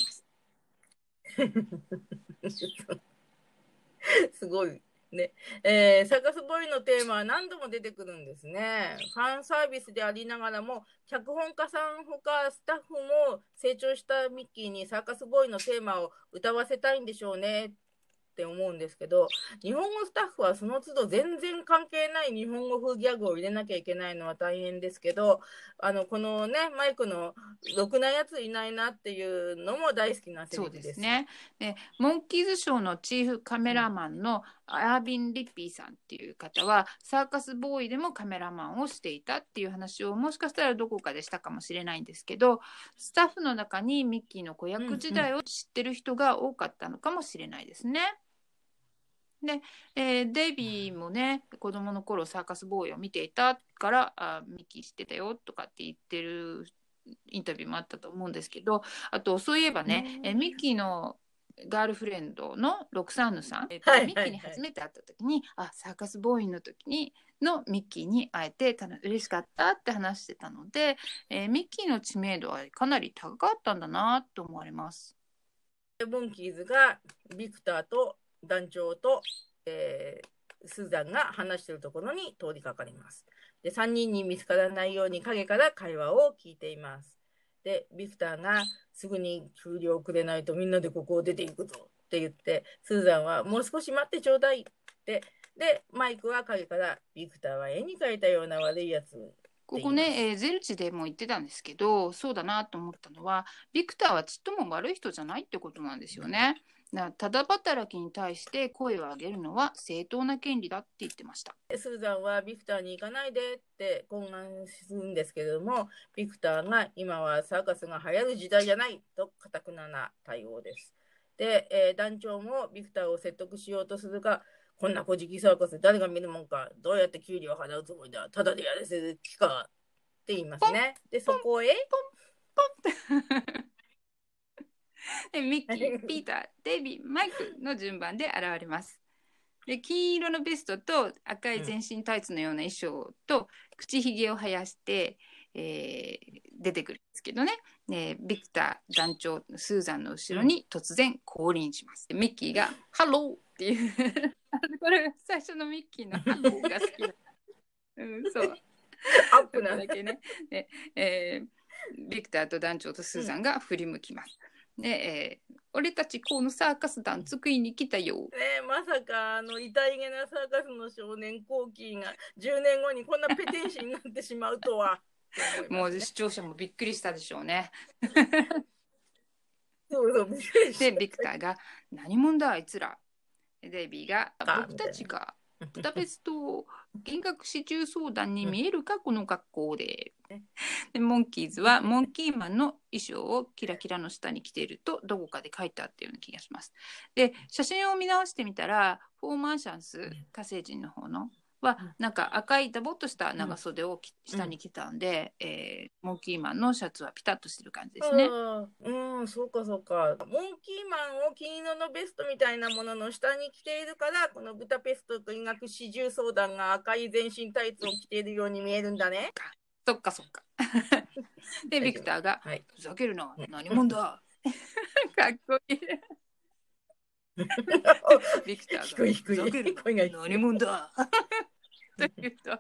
ます。すごいね、えー、サーカスボーイのテーマは何度も出てくるんですね。ファンサービスでありながらも、脚本家さんほかスタッフも成長したミッキーにサーカスボーイのテーマを歌わせたいんでしょうねって思うんですけど、日本語スタッフはその都度全然関係ない日本語風ギャグを入れなきゃいけないのは大変ですけど、あのこのねマイクのろくなやついないなっていうのも大好きなセリフです。 そうですね。でモンキーズショーのチーフカメラマンのアービン・リッピーさんっていう方は、サーカスボーイでもカメラマンをしていたっていう話をもしかしたらどこかでしたかもしれないんですけど、スタッフの中にミッキーの子役時代を知ってる人が多かったのかもしれないですね。で、えー、デイビーもね、子供の頃サーカスボーイを見ていたからあミッキー知ってたよとかって言ってるインタビューもあったと思うんですけど、あとそういえばね、えー、ミッキーのガールフレンドのロクサンヌさん、えーとはいはいはい、ミッキーに初めて会った時に、あサーカスボーイの時にのミッキーに会えて嬉しかったって話してたので、えー、ミッキーの知名度はかなり高かったんだなと思われます。 モンキーズがビクターと団長と、えー、スーザンが話しているところに通りかかります。で、さんにんに見つからないように影から会話を聞いています。で、ビクターがすぐに給料をくれないとみんなでここを出ていくぞって言って、スーザンはもう少し待ってちょうだいって、で、マイクは影からビクターは絵に描いたような悪いやつ。 ここね、えー、ゼルチでも言ってたんですけど、そうだなと思ったのは、ビクターはちっとも悪い人じゃないってことなんですよね。ただ働きに対して声を上げるのは正当な権利だって言ってました。 スーザンはビクターに行かないでって懇願するんですけれども、ビクターが今はサーカスが流行る時代じゃないと堅くなな対応です。で、えー、団長もビクターを説得しようとするが、こんな小じサーカス誰が見るもんか、どうやって給料を払うつもりだ、ただでやらせる気かって言いますね。で、そこへポンポンでミッキー、ピーター、デイビー、マイクの順番で現れます。で金色のベストと赤い全身タイツのような衣装と口ひげを生やして、えー、出てくるんですけどね、えー、ビクター団長スーザンの後ろに突然降臨します。ミッキーがハローっていうこれ最初のミッキーのハローが好きだ、うん、そうアップなんだけね。で、えー、ビクターと団長とスーザンが振り向きます。うん、で、えー、俺たちこのサーカス団作りに来たよ。ねえ、まさかあの痛いげなサーカスの少年コーキーがじゅうねんごにこんなペテン師になってしまうとは、 ね、もう視聴者もびっくりしたでしょうね。 そうそう、 でビクターが何者だあいつら。デイビーが僕たちがブダペスト見学市中相談に見えるか、この学校で。でモンキーズはモンキーマンの衣装をキラキラの下に着ているとどこかで書いてあったような気がします。で写真を見直してみたらフォーマンシャンス火星人の方のはなんか赤いダボっとした長袖を下に着たんで、うんえー、モンキーマンのシャツはピタッとしてる感じですね。 うん、そうかそうか。モンキーマンを金色のベストみたいなものの下に着ているからこのブダペスト見学市中相談が赤い全身タイツを着ているように見えるんだね。 そっかそっか。でビクターが、はい、ふざけるな何者だかっこいい。ビクターが低い低いふざけるな何者だと言うと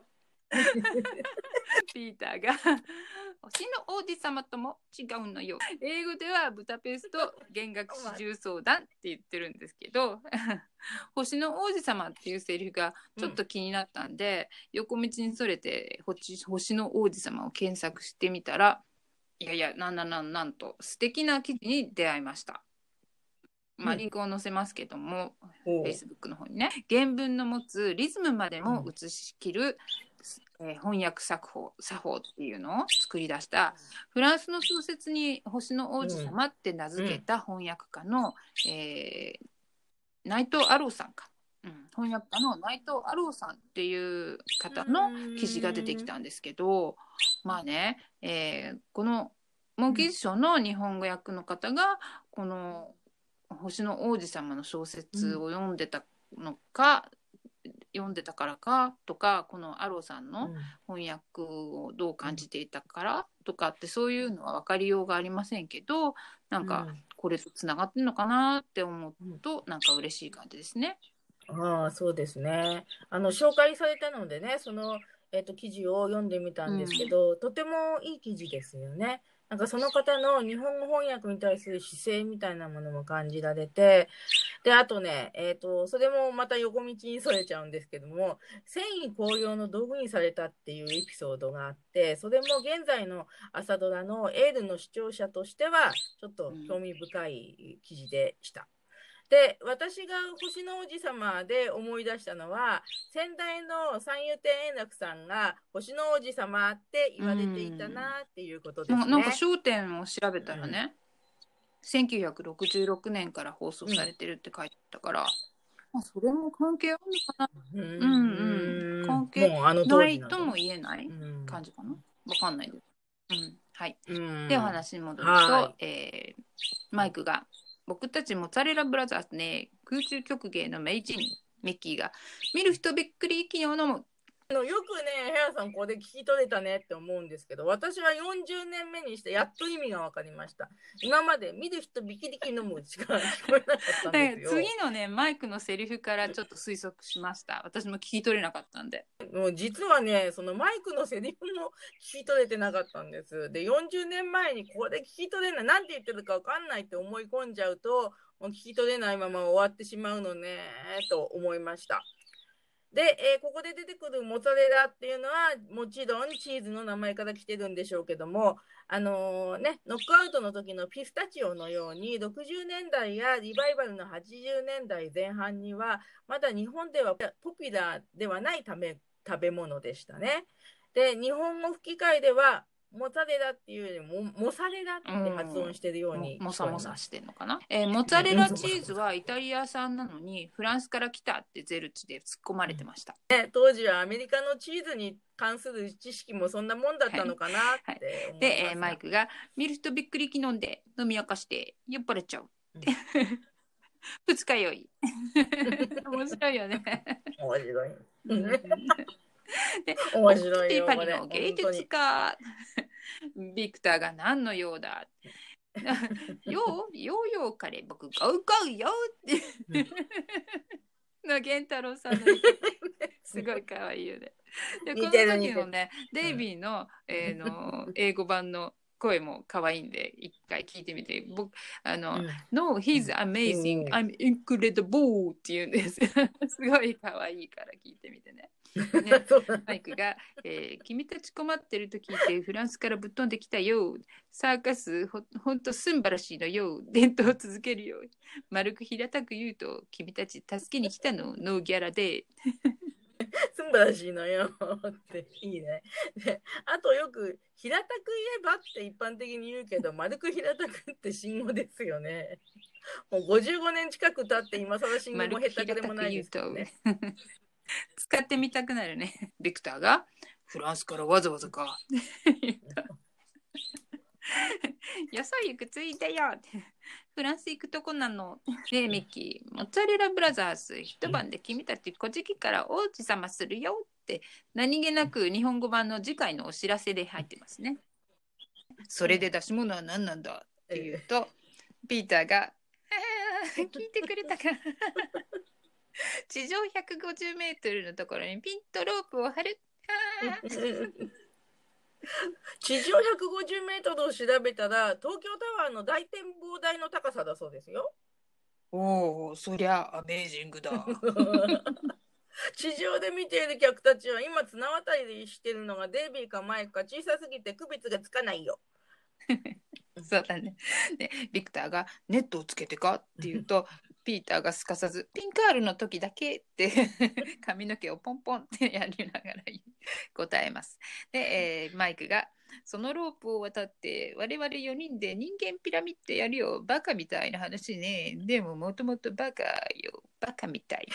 ピーターが星の王子様とも違うのよ。英語ではブダペスト見学市中相談って言ってるんですけど星の王子様っていうセリフがちょっと気になったんで、うん、横道にそれて星の王子様を検索してみたらいやいやなんなんなんなんと素敵な記事に出会いました。まあ、リンクを載せますけども、うん、Facebook の方にね原文の持つリズムまでも映しきる、 えー翻訳作法作法っていうのを作り出したフランスの小説に星の王子様って名付けた翻訳家の、えー内藤アローさんか、うん、翻訳家の内藤アローさんっていう方の記事が出てきたんですけど、まあね、えーこのモンキーズショーの日本語訳の方がこの星の王子様の小説を読んでたのか、うん、読んでたからかとか、このアローさんの翻訳をどう感じていたからとかって、そういうのは分かりようがありませんけど、なんかこれとつながってるのかなって思うと、なんか嬉しい感じですね。 ああ、そうですね。あの紹介されたのでね、その、えーと、記事を読んでみたんですけど、うん、とてもいい記事ですよね。なんかその方の日本語翻訳に対する姿勢みたいなものも感じられて、で、あとね、えっと、それもまた横道にそれちゃうんですけども、戦意高揚の道具にされたっていうエピソードがあって、それも現在の朝ドラのエールの視聴者としては、ちょっと興味深い記事でした。で、私が星の王子様で思い出したのは、先代の三遊亭円楽さんが星の王子様って言われていたなっていうことですね。 なんか笑点を調べたらね、うん、せんきゅうひゃくろくじゅうろくねんから放送されてるって書いてあったから、うん、それも関係あるのかな。うんうん、関係ないとも言えない感じかな。わかんないです。うん、はい。で、お話に戻ると、えー、マイクが僕たちモッツァレラブラザーズね、空中曲芸の名人ミッキーが見る人びっくり息を飲む。 よくね、ヘアさんこれで聞き取れたねって思うんですけど、私はよんじゅうねんめにしてやっと意味が分かりました。今まで見る人びきりき飲むしか聞こえなかったんですよ。 次のね、マイクのセリフからちょっと推測しました。私も聞き取れなかったんで。 もう実はね、そのマイクのセリフも聞き取れてなかったんです。で、よんじゅうねんまえにこれ聞き取れない、なんて言ってるか分かんないって思い込んじゃうと、もう聞き取れないまま終わってしまうのね、と思いました。で、えー、ここで出てくるモッツァレラっていうのはもちろんチーズの名前から来てるんでしょうけども、あのー、ね、ノックアウトの時のピスタチオのようにろくじゅうねんだいやリバイバルのはちじゅうねんだいぜん半にはまだ日本ではポピュラーではないため食べ物でしたね。で、日本語吹き替えではモツァレラっていうよりもモサレラって発音してるように、 うん、モサモサしてるのかな、えー、モツァレラチーズはイタリア産なのにフランスから来たってゼルチで突っ込まれてました、 ね、当時はアメリカのチーズに関する知識もそんなもんだったのかなって思います、はいはい、 で、えー、マイクが見る人びっくり気飲んで飲み明かして酔っ払っちゃう、うん、二日酔い面白いよね面白いで、面白いよパリの芸術家ビクターが何の用だようようよう彼僕ゴーゴーよっての源太郎さんのすごい可愛いよね。でこの時のねデイビーの、えー、の英語版の声も可愛いんで一回聞いてみて。僕あの、うん、No, he's amazing, I'm incredible って言うんです。すごい可愛いから聞いてみてね。ねマイクが、えー、君たち困ってると聞いてフランスからぶっ飛んできたよ。サーカス ほ, ほんとすんばらしいのよ。伝統を続けるよ。丸く平たく言うと君たち助けに来たのノーギャラで。 すんばらしいのよっていいね。で、あとよく平たく言えばって一般的に言うけど丸く平たくって信号ですよね。もうごじゅうごねん近く経って今更信号もへったくでもないですよね。 使ってみたくなるね。ビクターがフランスからわざわざか。よそ行くついでよ。フランス行くとこなの。ねえミッキー、モッツァレラブラザーズ一晩で君たち古事記から王子様するよって何気なく日本語版の次回のお知らせで入ってますね。それで出し物は何なんだって言うと、ピーターが聞いてくれたか地上ひゃくごじゅうメートルのところにピンとロープを張る地上ひゃくごじゅうメートルを調べたら東京タワーの大展望台の高さだそうですよ。 おお、そりゃアメージングだ地上で見ている客たちは今綱渡りしてるのがデイビーかマイクか小さすぎて区別がつかないよそうだね。でビクターがネットをつけてかって言うとピーターがすかさずピンカールの時だけって髪の毛をポンポンってやりながら答えます。で、えー、マイクがそのロープを渡って我々よにんで人間ピラミッドやるよ。バカみたいな話ね。でももともとバカよ。バカみたい。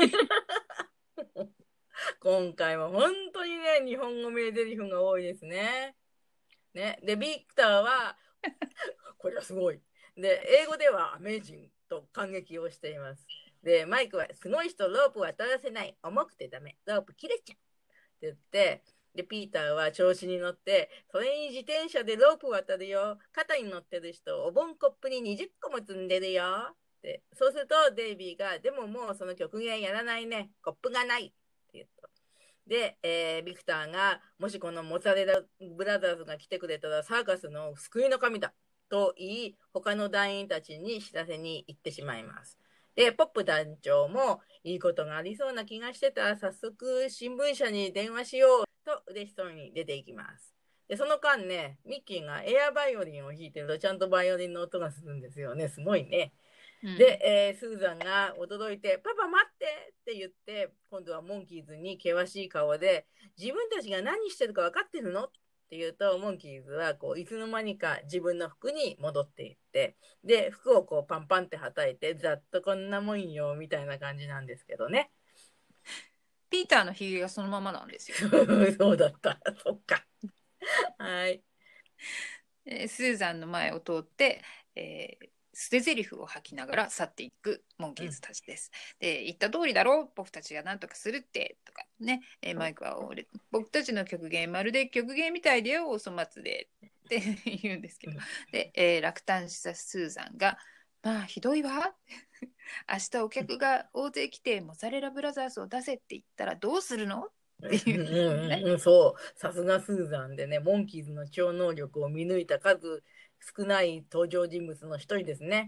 今回は本当にね、日本語名台詞が多いですね。ね。で、ビクターは、これはすごい。で、英語ではアメージングと感激をしています。で、マイクは、すごい人ロープ渡らせない。重くてダメ。ロープ切れちゃう。って言って、で、ピーターは調子に乗って、それに自転車でロープ渡るよ。肩に乗ってる人、お盆コップににじゅっこも積んでるよ。って。そうすると、デイビーが、でももうその極限やらないね。コップがない。って言うと。で、えー、ビクターが、もしこのモッツァレラブラザーズが来てくれたらサーカスの救いの神だ。と言い、他の団員たちに知らせに行ってしまいます。で、ポップ団長もいいことがありそうな気がしてた。早速新聞社に電話しようと嬉しそうに出ていきます。で、その間ね、ミッキーがエアバイオリンを弾いてるとちゃんとバイオリンの音がするんですよね。すごいね。うん、で、えー、スーザンが驚いて、パパ待ってって言って、今度はモンキーズに険しい顔で、自分たちが何してるか分かってるのって言うと、モンキーズはこういつの間にか自分の服に戻っていって、で、服をこうパンパンってはたいて、ざっとこんなもんよ、みたいな感じなんですけどね。 ピーターのひげがそのままなんですよ。 そうだった。そっか。はい。 えー、スーザンの前を通って、えー、捨て台詞を吐きながら去っていくモンキーズたちです。うん、で、言った通りだろう、僕たちが何とかするってとかね、えー、マイクは俺僕たちの極限まるで極限みたいだよ、お粗末でって言うんですけど、で、えー、落胆したスーザンが、まあひどいわ。明日お客が大勢来てモッツァレラブラザーズを出せって言ったらどうするのっていう、 ね、うんうん、そう、さすがスーザンでね、モンキーズの超能力を見抜いた数少ない登場人物の一人ですね。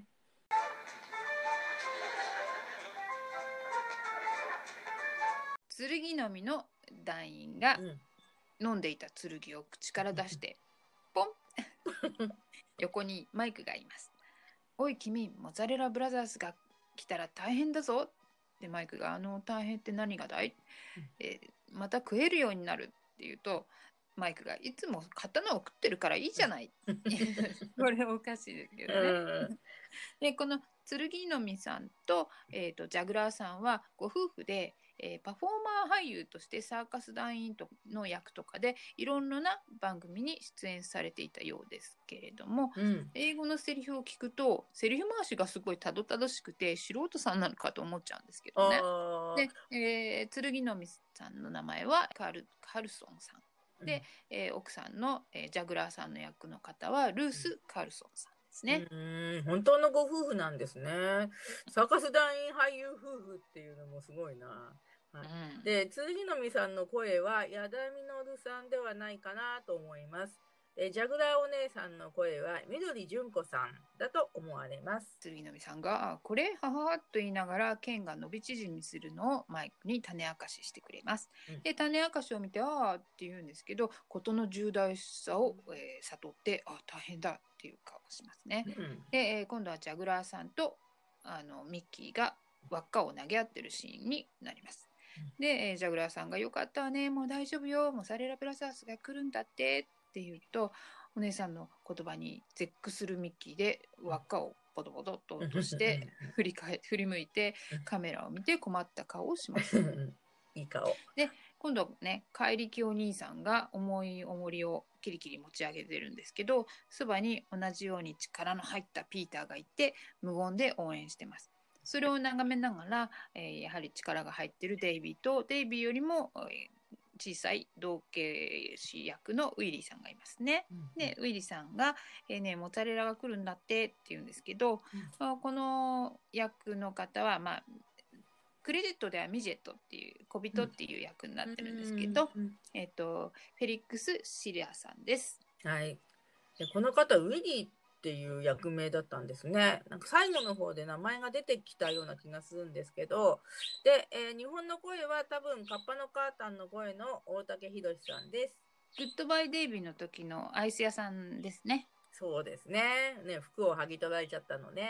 剣のみの団員が飲んでいた剣を口から出して、ポン横にマイクがいます。おい君、モッツァレラブラザーズが来たら大変だぞ。でマイクが、あの大変って何がだい、えー、また食えるようになるって言うと、マイクがいつも刀を食ってるからいいじゃないこれおかしいですけどねでこの剣のみさんと、えーと、ジャグラーさんはご夫婦で、えー、パフォーマー俳優としてサーカス団員の役とかでいろんな番組に出演されていたようですけれども、うん、英語のセリフを聞くとセリフ回しがすごいたどたどしくて素人さんなのかと思っちゃうんですけどね。で、えー、剣のみさんの名前はカール・カルソンさんで、えー、奥さんの、えー、ジャグラーさんの役の方はルース・カルソンさんですね。 うん、本当のご夫婦なんですね。サーカス団員俳優夫婦っていうのもすごいな。はい、うん、で、剣のみさんの声は矢田実さんではないかなと思います。でジャグラーお姉さんの声は緑純子さんだと思われます。 剣のみさんがこれははと言いながら剣が伸び縮みするのをマイクに種明かししてくれます。うん、で種明かしを見てああって言うんですけど、事の重大さを、えー、悟ってあ大変だっていう顔をしますね。うん、で、えー、今度はジャグラーさんとあのミッキーが輪っかを投げ合ってるシーンになります。うん、で、えー、ジャグラーさんがよかったわね、もう大丈夫よ、モッツァレラブラザーズが来るんだってって言うと、お姉さんの言葉に絶句するミッキーで輪っかをポトポトっと落として振り返振り向いてカメラを見て困った顔をします。 いい顔で今度ね、怪力お兄さんが重い重りをキリキリ持ち上げてるんですけど、そばに同じように力の入ったピーターがいて無言で応援してます。それを眺めながら、えー、やはり力が入ってるデイビーとデイビーよりも、えー小さい同系師役のウィリーさんがいますね。うん、でウィリーさんが、えーね、モッツァレラが来るんだってって言うんですけど、うん、この役の方は、まあ、クレジットではミジェットっていう小人っていう役になってるんですけど、うん、えーと、フェリックス・シリアさんです。 はい、でこの方ウィリーっていう役名だったんですね。なんか最後の方で名前が出てきたような気がするんですけど、で、えー、日本の声は多分カッパのカータンの声の大竹ひどしさんです。 グッドバイデイビーの時のアイス屋さんですね。 そうですね。ね、服を剥ぎ取られちゃったのね。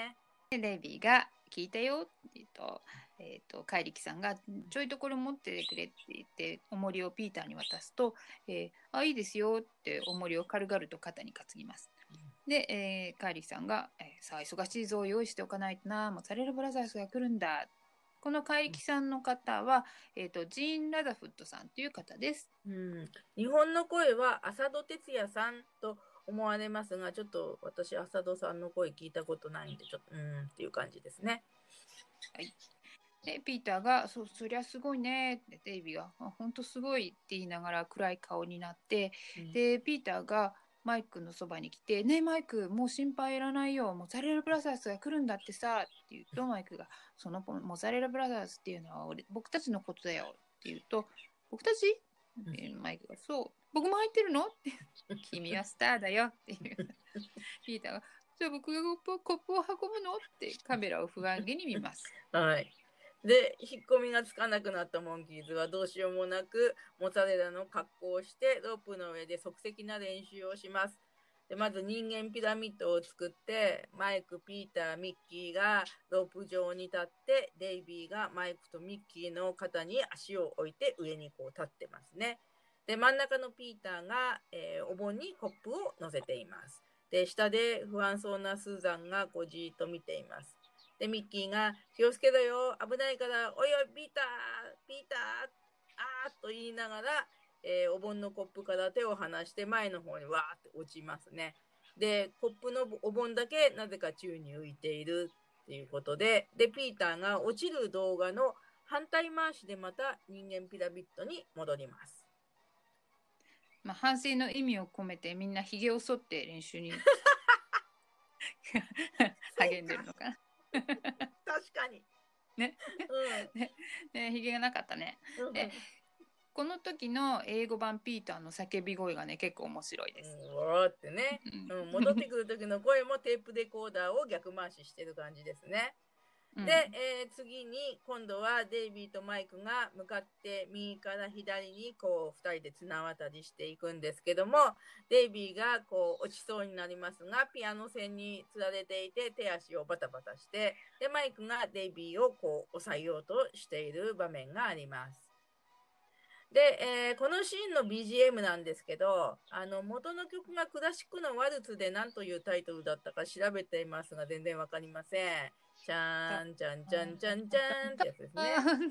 でデイビーが聞いたよって言うと、えーと、怪力さんがちょいとこれ持っててくれって言って重りをピーターに渡すと、えー、あ、いいですよって重りを軽々と肩に担ぎます。で、えー、怪力さんが、えー、さあ忙しいぞ、用意しておかないとな、モッツァレラブラザーズが来るんだ。この怪力さんの方は、えーと、ジーン・ラザフットさんという方です。 うん、日本の声は浅戸哲也さんと思われますが、ちょっと私浅戸さんの声聞いたことないんで、ちょっとうーんっていう感じですね。 はい。でピーターが そ, そりゃすごいねってデイビーが本当すごいって言いながら暗い顔になって、うん、でピーターがマイクのそばに来てねえマイクもう心配いらないよモッツァレラブラザーズが来るんだってさって言うとマイクがそのモッツァレラブラザーズっていうのは俺僕たちのことだよって言うと僕たち、うん、マイクがそう僕も入ってるのって君はスターだよっていうピーターがじゃあ僕がコップを運ぶのってカメラを不安げに見ます。 はい。で、引っ込みがつかなくなったモンキーズはどうしようもなくモッツァレラの格好をしてロープの上で即席な練習をします。でまず人間ピラミッドを作ってマイク、ピーター、ミッキーがロープ上に立ってデイビーがマイクとミッキーの肩に足を置いて上にこう立ってますね。で真ん中のピーターが、えー、お盆にコップを乗せています。で下で不安そうなスーザンがこうじーっと見ています。でミッキーが気をつけろよ危ないからおいおいピーターピーターあーと言いながら、えー、お盆のコップから手を離して前の方にわーって落ちますね。でコップのお盆だけなぜか宙に浮いているっていうことででピーターが落ちる動画の反対回しでまた人間ピラミッドに戻ります。 まあ、反省の意味を込めてみんなひげを剃って練習に励んでるのかな確かにね、うん、ねねひげがなかったね、うん、でこの時の英語版ピーターの叫び声がね結構面白いです。 うん、わーってね、うん、戻ってくる時の声もテープデコーダーを逆回ししてる感じですね。で、うんえー、次に今度はデイビーとマイクが向かって右から左にこうふたりで綱渡りしていくんですけどもデイビーがこう落ちそうになりますがピアノ線につられていて手足をバタバタしてでマイクがデイビーをこう抑えようとしている場面があります。で、えー、このシーンの ビージーエム なんですけどあの元の曲がクラシックのワルツで何というタイトルだったか調べていますが全然わかりません。ちゃんちゃんちゃんちゃんちゃんってやつですね。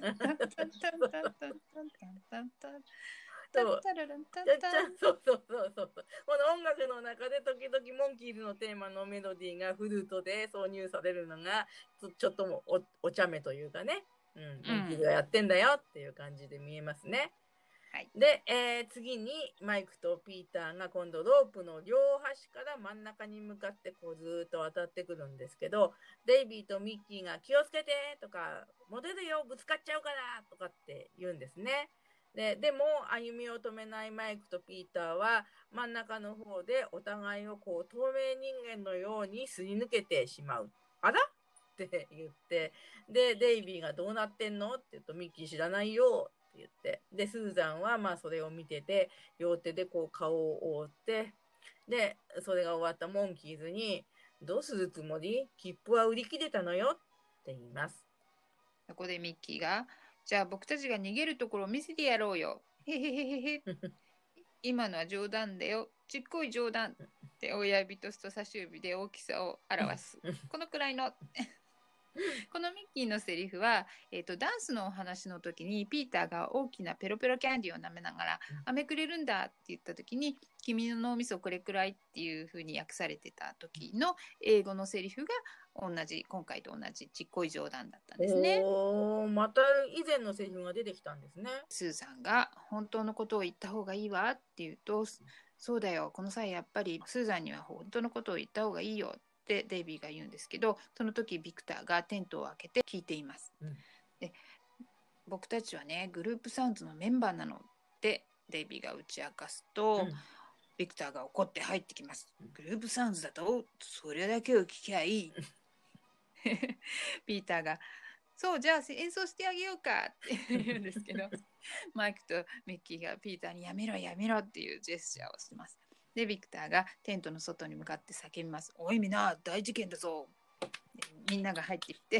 そうそうそうそうそう。この音楽の中で時々モンキーズのテーマのメロディーがフルートで挿入されるのがちょっとも お, お茶目というかね、うん、モンキーズがやってんだよっていう感じで見えますね。はい、で、えー、次にマイクとピーターが今度ロープの両端から真ん中に向かってこうずっと渡ってくるんですけどデイビーとミッキーが気をつけてとかモデルよぶつかっちゃうからとかって言うんですね。で, でも歩みを止めないマイクとピーターは真ん中の方でお互いをこう透明人間のようにすり抜けてしまう。あらって言ってでデイビーがどうなってんのって言うとミッキー知らないよって言ってでスーザンはまあそれを見てて両手でこう顔を覆ってでそれが終わったモンキーズにどうするつもり切符は売り切れたのよって言います。 そこでミッキーがじゃあ僕たちが逃げるところを見せてやろうよ。へへへへへ。今のは冗談だよ。ちっこい冗談って親指と人差し指で大きさを表す。このくらいの。このミッキーのセリフは、えーと、ダンスのお話の時にピーターが大きなペロペロキャンディーを舐めながら飴くれるんだって言った時に君の脳みそこれくらいっていう風に訳されてた時の英語のセリフが同じ今回と同じちっこい冗談だったんですね。 おーまた以前のセリフが出てきたんですね。 スーさんが本当のことを言った方がいいわって言うとそうだよこの際やっぱりスーザンには本当のことを言った方がいいよってデイビーが言うんですけどその時ビクターがテントを開けて聞いています、うん、で僕たちはねグループサウンズのメンバーなのってデイビーが打ち明かすと、うん、ビクターが怒って入ってきます。グループサウンズだとそれだけを聞きゃいいピーターがそうじゃあ演奏してあげようかって言うんですけどマイクとミッキーがピーターにやめろやめろっていうジェスチャーをします。でビクターがテントの外に向かって叫びます。おいみんな大事件だぞみんなが入ってきて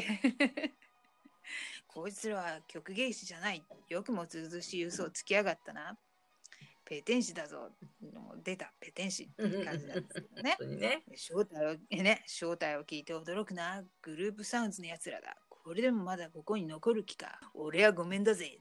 こいつらは曲芸師じゃない。よくもずうずうしい嘘をつきやがったな。ペテン師だぞ。もう出たペテン師っていう感じなんですけどね。 ね正体をね正体を聞いて驚くな。グループサウンズのやつらだ。これでもまだここに残る気か。俺はごめんだぜ。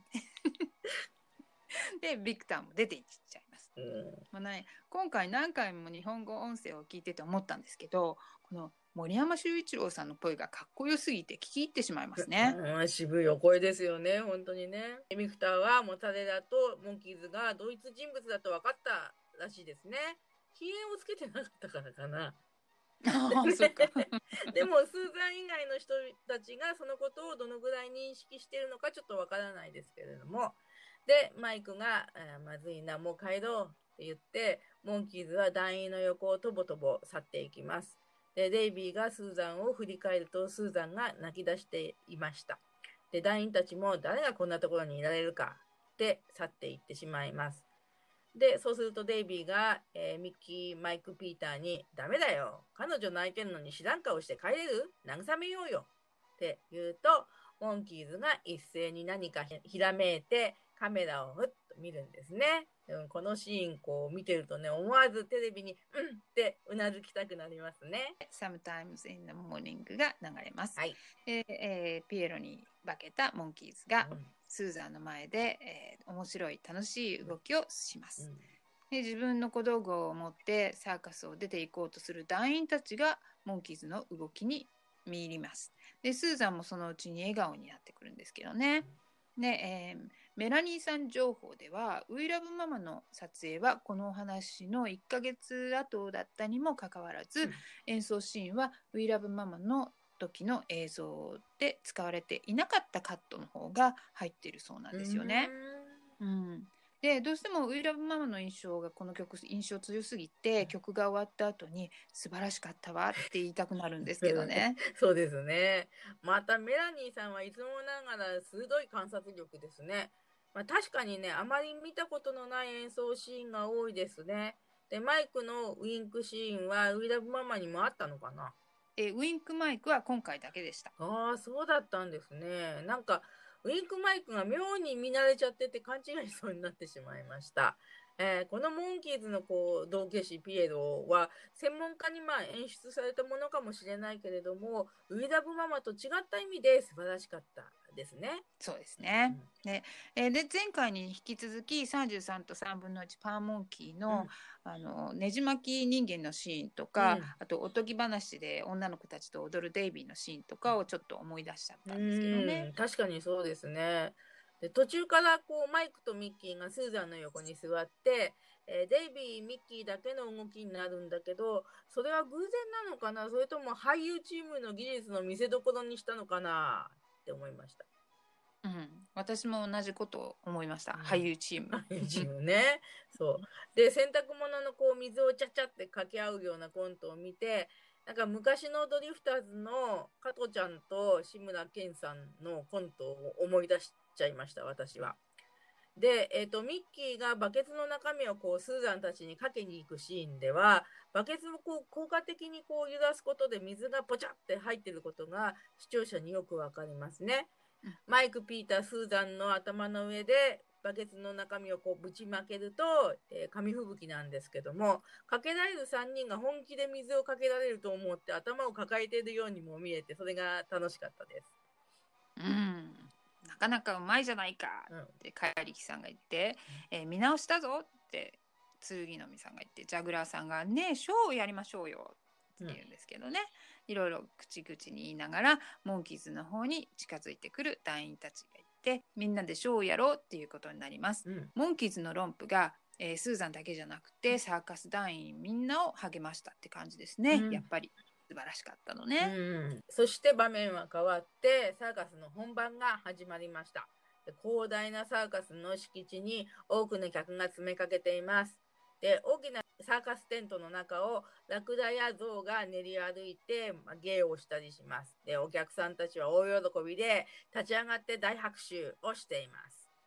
でビクターも出ていっちゃいます。うんまあね、今回何回も日本語音声を聞いてて思ったんですけど、この森山修一郎さんの声がかっこよすぎて聞き入ってしまいますね。 うん、渋いお声ですよね、本当にね。ビクターはモタレラとモンキーズが同一人物だと分かったらしいですね。ひげをつけてなかったからかな。 あそっかでもスーザン以外の人たちがそのことをどのぐらい認識しているのかちょっとわからないですけれども、でマイクが「まずいな、もう帰ろう」って言って、モンキーズは団員の横をとぼとぼ去っていきます。でデイビーがスーザンを振り返ると、スーザンが泣き出していました。で団員たちも誰がこんなところにいられるかって去っていってしまいます。でそうするとデイビーが、えー、ミッキー、マイク、ピーターに「ダメだよ、彼女泣いてるのに知らん顔して帰れる？慰めようよ」って言うと、モンキーズが一斉に何かひらめいてカメラをふっと見るんですね。うん、このシーンこう見てるとね、思わずテレビに「うん」ってうなずきたくなりますね。 Sometimes in the Morning が流れます。 はいえーえーピエロに化けたモンキーズが、 うんスーザンの前で、えー面白い楽しい動きをします。 うんで自分の小道具を持ってサーカスを出て行こうとする団員たちがモンキーズの動きに見入ります。でスーザンもそのうちに笑顔になってくるんですけどね。で、えーメラニーさん情報ではウィラブママの撮影はこのお話のいっかげつ後だったにもかかわらず、 うん演奏シーンはウィラブママの時の映像で使われていなかったカットの方が入っているそうなんですよね。うんでどうしてもウィラブママの印象がこの曲印象強すぎて、曲が終わった後に素晴らしかったわって言いたくなるんですけどね。 そうですね。またメラニーさんはいつもながら鋭い観察力ですね。まあ、確かにね、あまり見たことのない演奏シーンが多いですね。で、マイクのウィンクシーンはウィラブママにもあったのかな。 えウィンクマイクは今回だけでした。 ああ、そうだったんですね。なんか、ウィンクマイクが妙に見慣れちゃってて勘違いしそうになってしまいました。えーこのモンキーズのこう道化師ピエロは専門家にまあ演出されたものかもしれないけれども、ウィラブママと違った意味で素晴らしかったですね。 そうですね。でえーで前回に引き続きさんじゅうさんとさんぶんのいちパーモンキーの、あのねじ巻き人間のシーンとか、 うんあとおとぎ話で女の子たちと踊るデイビーのシーンとかをちょっと思い出しちゃっうたんですけどね。 ん、確かにそうですね。で途中からこうマイクとミッキーがスーザンの横に座って、えーデイビー、ミッキーだけの動きになるんだけど、それは偶然なのかな、それとも俳優チームの技術の見せ所にしたのかなって思いました。 うん、私も同じことを思いました、 うん俳優チーム。 俳優チームね。そう。で、洗濯物のこう水をちゃちゃって掛け合うようなコントを見て、なんか昔のドリフターズの加トちゃんと志村けんさんのコントを思い出しちゃいました、私は。で、えっと、ミッキーがバケツの中身をこうスーザンたちにかけに行くシーンでは、バケツをこう効果的にこう揺らすことで水がポチャって入ってることが視聴者によくわかりますね。 うんマイク、ピーター、スーザンの頭の上でバケツの中身をこうぶちまけると、えー紙吹雪なんですけども、かけられるさんにんが本気で水をかけられると思って頭を抱えているようにも見えて、それが楽しかったです。 うんなかなかうまいじゃないかうんってカヤリキさんが言って、えー見直したぞって剣の実さんが言って、ジャグラーさんがねショーをやりましょうよって言うんですけどね、いろいろ口々に言いながらモンキーズの方に近づいてくる団員たちがいて、みんなでショーをやろうっていうことになります。 うんモンキーズのロンプが、えースーザンだけじゃなくてサーカス団員みんなを励ましたって感じですね、 うんやっぱり素晴らしかったのうね。 ん、そして場面は変わってサーカスの本番が始まりました。で広大なサーカスの敷地に多くの客が詰めかけています。で大きなサーカステントの中をラクダやゾウが練り歩いて、まあ、芸をしたりします。でお客さんたちは大喜びで立ち上がって大拍手をしています。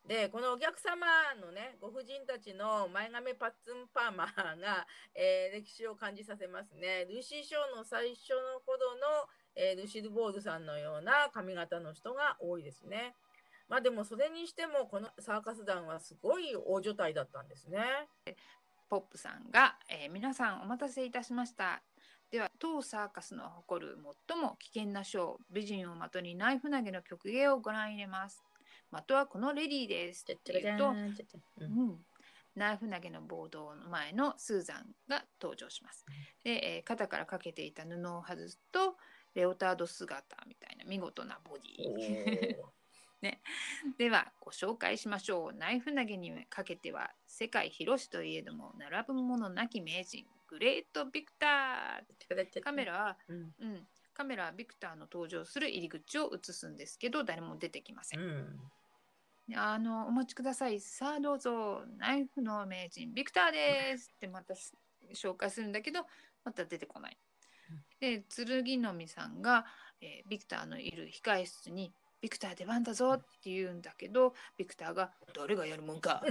で、このお客様のね、ご婦人たちの前髪パッツンパーマが、えー、歴史を感じさせますね。ルーシー・ショーの最初の頃の、えー、ルシル・ボールさんのような髪型の人が多いですね。まあでもそれにしてもこのサーカス団はすごい大所帯だったんですね。 ポップさんが、えー、皆さんお待たせいたしました。では当サーカスの誇る最も危険なショー、美人を的にナイフ投げの曲芸をご覧入れます。的はこのレディーですって言うと、うん、ナイフ投げのボードの前のスーザンが登場します。で、えー、肩からかけていた布を外すとレオタード姿みたいな見事なボディね、ではご紹介しましょう。ナイフ投げにかけては世界広しといえども並ぶものなき名人グレート・ビクター。カメラは、うんうん、カメラはビクターの登場する入り口を映すんですけど誰も出てきません。うんあのお待ちください。さあどうぞ。ナイフの名人ビクターですってまた紹介するんだけどまた出てこない。で剣の実さんが、えー、ビクターのいる控え室にビクター出番だぞって言うんだけどビクターが誰がやるもんか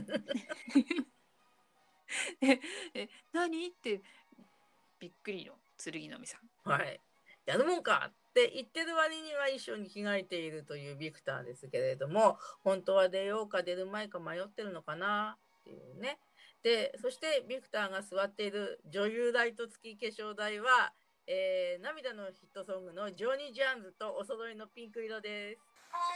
ええ何ってびっくりの剣の実さん。 はいやるもんかって言ってる割には衣装に着替えているというビクターですけれども本当は出ようか出る前か迷ってるのかなっていうね。でそしてビクターが座っている女優台と付き化粧台は、えー、涙のヒットソングのジョニー・ジャーンズとお揃いのピンク色です。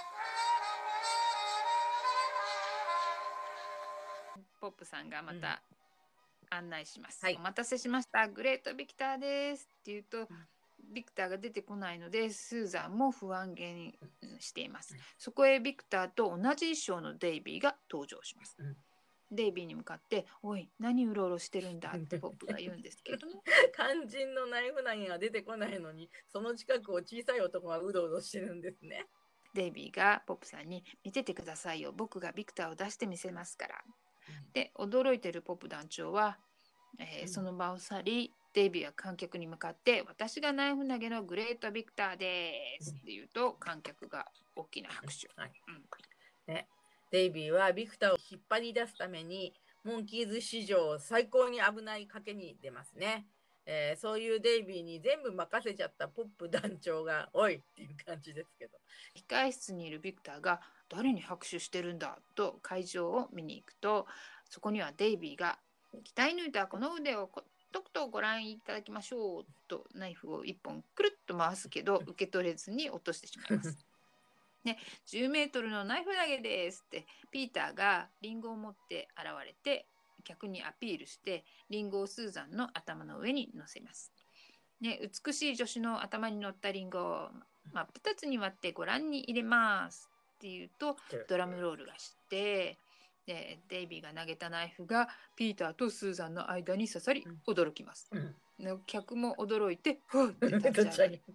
ポップさんがまた案内します、うんはい、お待たせしましたグレートビクターですって言うと、うんビクターが出てこないのでスーザンも不安げにしています。そこへビクターと同じ衣装のデイビーが登場します。うん、デイビーに向かって「おい何うろうろしてるんだ」ってポップが言うんですけど肝心のナイフ投げが出てこないのにその近くを小さい男がうろうろしてるんですね。 デイビーがポップさんに「見ててくださいよ僕がビクターを出してみせますから」うん、で驚いてるポップ団長は、えーうん、その場を去りデイビーは観客に向かって私がナイフ投げのグレートビクターですって言うと観客が大きな拍手、はいうんね、デイビーはビクターを引っ張り出すためにモンキーズ史上最高に危ない賭けに出ますね、えー、そういうデイビーに全部任せちゃったポップ団長がおいっていう感じですけど控室にいるビクターが誰に拍手してるんだと会場を見に行くとそこにはデイビーが鍛え抜いたこの腕をとくとご覧いただきましょうとナイフをいっぽんくるっと回すけど受け取れずに落としてしまいます。ね、じゅうメートルのナイフ投げですってピーターがリンゴを持って現れて客にアピールしてリンゴをスーザンの頭の上に乗せます。ね、美しい女子の頭に乗ったリンゴを真っ二つに割ってご覧に入れますっていうとドラムロールがしてでデイビーが投げたナイフがピーターとスーザンの間に刺さり驚きます、うん、客も驚いてふって立ち上がる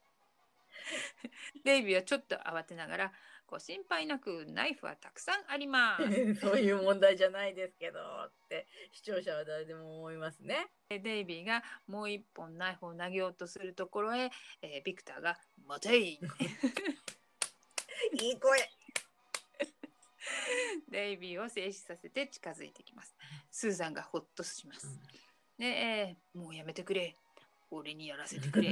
デイビーはちょっと慌てながらご心配なくナイフはたくさんありますそういう問題じゃないですけどって視聴者は誰でも思いますね。 デイビーがもう一本ナイフを投げようとするところへ、えー、ビクターが待ていいい声デイビーを静止させて近づいてきます。スーザンがホッとします、うん、ねえもうやめてくれ俺にやらせてくれ